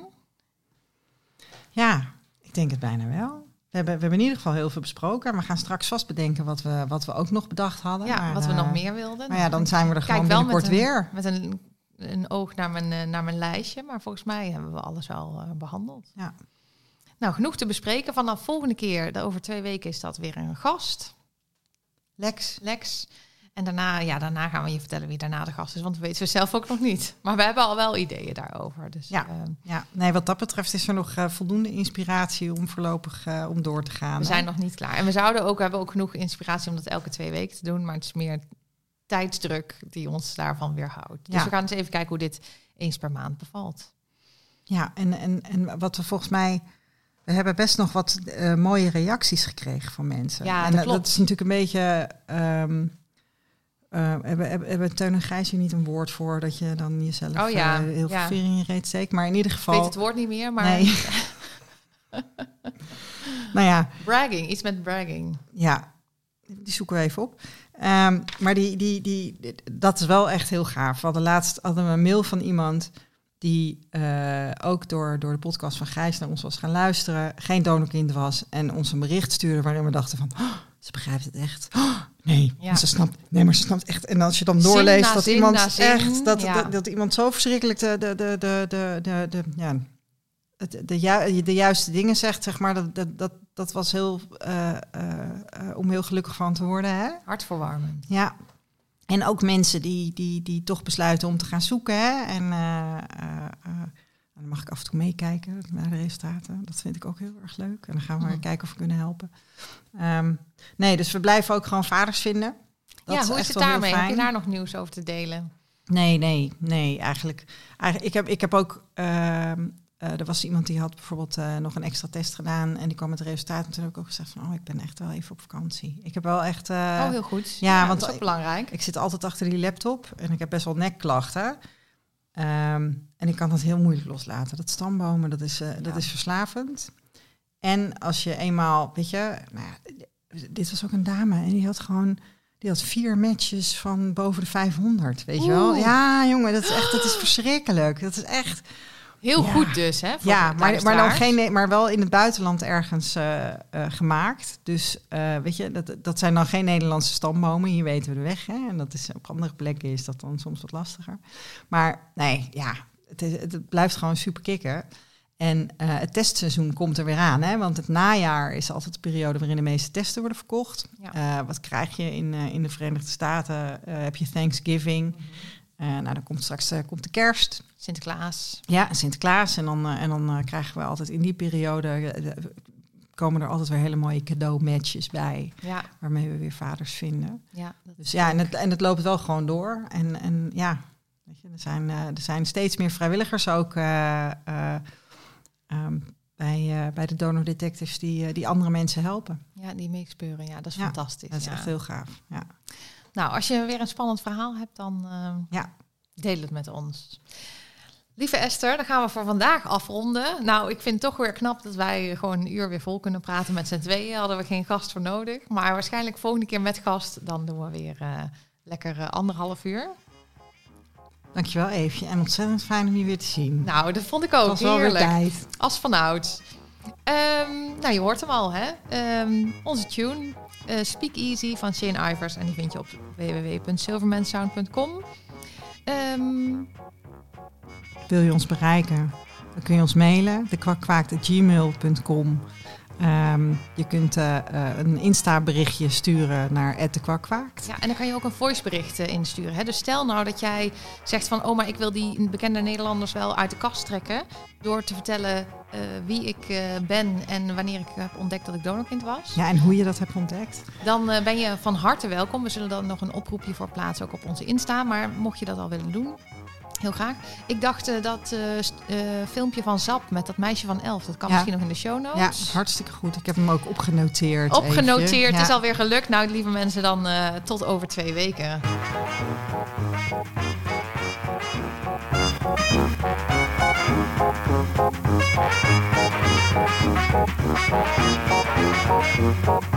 Ja, ik denk het bijna wel. We hebben, we hebben in ieder geval heel veel besproken. We gaan straks vast bedenken wat we, wat we ook nog bedacht hadden. Ja, maar, wat we uh, nog meer wilden. Maar ja, dan zijn we er gewoon binnenkort met een, weer. Met een, een oog naar mijn, naar mijn lijstje. Maar volgens mij hebben we alles wel uh, behandeld. Ja. Nou, genoeg te bespreken. Vanaf volgende keer, over twee weken, is dat weer een gast. Lex. Lex. En daarna, ja, daarna gaan we je vertellen wie daarna de gast is. Want we weten we zelf ook nog niet. Maar we hebben al wel ideeën daarover. Dus, ja. Uh, ja, nee, wat dat betreft is er nog uh, voldoende inspiratie om voorlopig uh, om door te gaan. We hè? zijn nog niet klaar. En we zouden ook, we hebben ook genoeg inspiratie om dat elke twee weken te doen. Maar het is meer tijdsdruk die ons daarvan weerhoudt. Dus ja. we gaan eens even kijken hoe dit eens per maand bevalt. Ja, en, en, en wat we volgens mij... We hebben best nog wat uh, mooie reacties gekregen van mensen. Ja, en dat, uh, dat is natuurlijk een beetje... Um, uh, hebben, hebben, hebben Teun en Gijs hier niet een woord voor... dat je dan jezelf oh, ja. uh, heel ja. veel in je reet steekt. Maar in ieder geval... Ik weet het woord niet meer, maar... Nee. nou ja. Bragging, iets met bragging. Ja, die zoeken we even op. Um, maar die, die, die, dat is wel echt heel gaaf. We hadden laatst hadden we een mail van iemand... die uh, ook door, door de podcast van Gijs naar ons was gaan luisteren... geen donorkind was en ons een bericht stuurde... waarin we dachten van, oh, ze begrijpt het echt. Oh, nee, ja. ze snapt, nee, maar ze snapt echt. En als je dan doorleest dat zin iemand zin, echt... Dat, ja. dat, dat iemand zo verschrikkelijk de, de, de, de, de, de, de, ja, het, de, ju, de juiste dingen zegt, zeg maar... dat, dat, dat, dat was heel... Uh, uh, uh, om heel gelukkig van te worden, hè? Hartverwarmend. Ja. En ook mensen die, die, die toch besluiten om te gaan zoeken. Hè? En uh, uh, uh, dan mag ik af en toe meekijken naar de resultaten. Dat vind ik ook heel erg leuk. En dan gaan we mm. kijken of we kunnen helpen. Um, nee, dus we blijven ook gewoon vaders vinden. Dat ja, is hoe is echt het daarmee? heel fijn. Heb je daar nog nieuws over te delen? Nee, nee, nee, eigenlijk. eigenlijk ik, heb, ik heb ook... Uh, Uh, er was iemand die had bijvoorbeeld uh, nog een extra test gedaan... en die kwam met het resultaat. En toen heb ik ook gezegd van... oh, ik ben echt wel even op vakantie. Ik heb wel echt... Uh, oh, heel goed. Ja, ja want dat is ook belangrijk. Ik, ik zit altijd achter die laptop... en ik heb best wel nekklachten. Um, en ik kan dat heel moeilijk loslaten. Dat stambomen, dat is, uh, ja. dat is verslavend. En als je eenmaal... Weet je, nou ja, dit was ook een dame... en die had gewoon... Die had vier matches van boven de vijfhonderd, weet Oeh. je wel? Ja, jongen, dat is echt... Dat is verschrikkelijk. Dat is echt... Heel ja. goed dus, hè? Ja, maar, maar, dan geen, maar wel in het buitenland ergens uh, uh, gemaakt. Dus uh, weet je, dat, dat zijn dan geen Nederlandse stambomen. Hier weten we de weg, hè? En dat is, op andere plekken is dat dan soms wat lastiger. Maar nee, ja, het, is, het blijft gewoon super kicken. En uh, het testseizoen komt er weer aan, hè? Want het najaar is altijd de periode waarin de meeste testen worden verkocht. Ja. Uh, wat krijg je in, uh, in de Verenigde Staten? Uh, heb je Thanksgiving... Mm-hmm. Uh, nou, dan komt straks uh, komt de kerst. Sinterklaas. Ja, Sinterklaas. En dan, uh, en dan uh, krijgen we altijd in die periode... Uh, komen er altijd weer hele mooie cadeaumatches bij. Ja. Waarmee we weer vaders vinden. Ja, dus ja, en het, en het loopt wel gewoon door. En, en ja, weet je, er, zijn, uh, er zijn steeds meer vrijwilligers ook... Uh, uh, um, bij, uh, bij de donor detectives die, uh, die andere mensen helpen. Ja, die meespeuren. Ja, dat is ja, fantastisch. Dat is ja. echt heel gaaf. Ja. Nou, als je weer een spannend verhaal hebt, dan uh, ja. deel het met ons. Lieve Esther, dan gaan we voor vandaag afronden. Nou, ik vind het toch weer knap dat wij gewoon een uur weer vol kunnen praten met z'n tweeën. Hadden we geen gast voor nodig. Maar waarschijnlijk volgende keer met gast, dan doen we weer uh, lekker uh, anderhalf uur. Dankjewel, Eefje. En ontzettend fijn om je weer te zien. Nou, dat vond ik ook. Het was wel heerlijk. weer tijd. Als vanouds. Um, nou, je hoort hem al, hè? Um, onze tune, uh, Speak Easy van Shane Ivers. En die vind je op w w w punt silvermansound punt com. Um, Wil je ons bereiken? Dan kun je ons mailen, de kwakkwaakt at gmail punt com. Um, je kunt uh, uh, een Insta-berichtje sturen naar at de kwakkwaakt. Ja, en dan kan je ook een voicebericht uh, insturen. Hè? Dus stel nou dat jij zegt van... oh, maar ik wil die bekende Nederlanders wel uit de kast trekken... door te vertellen uh, wie ik uh, ben en wanneer ik heb ontdekt dat ik donorkind was. Ja, en hoe je dat hebt ontdekt. Dan uh, ben je van harte welkom. We zullen dan nog een oproepje voor plaatsen, ook op onze Insta. Maar mocht je dat al willen doen... Heel graag. Ik dacht uh, dat uh, st- uh, filmpje van Zap met dat meisje van elf, dat kan ja. misschien nog in de show notes. Ja, hartstikke goed. Ik heb hem ook opgenoteerd. Opgenoteerd, ja. Het is alweer gelukt. Nou, lieve mensen, dan uh, tot over twee weken. Thank you.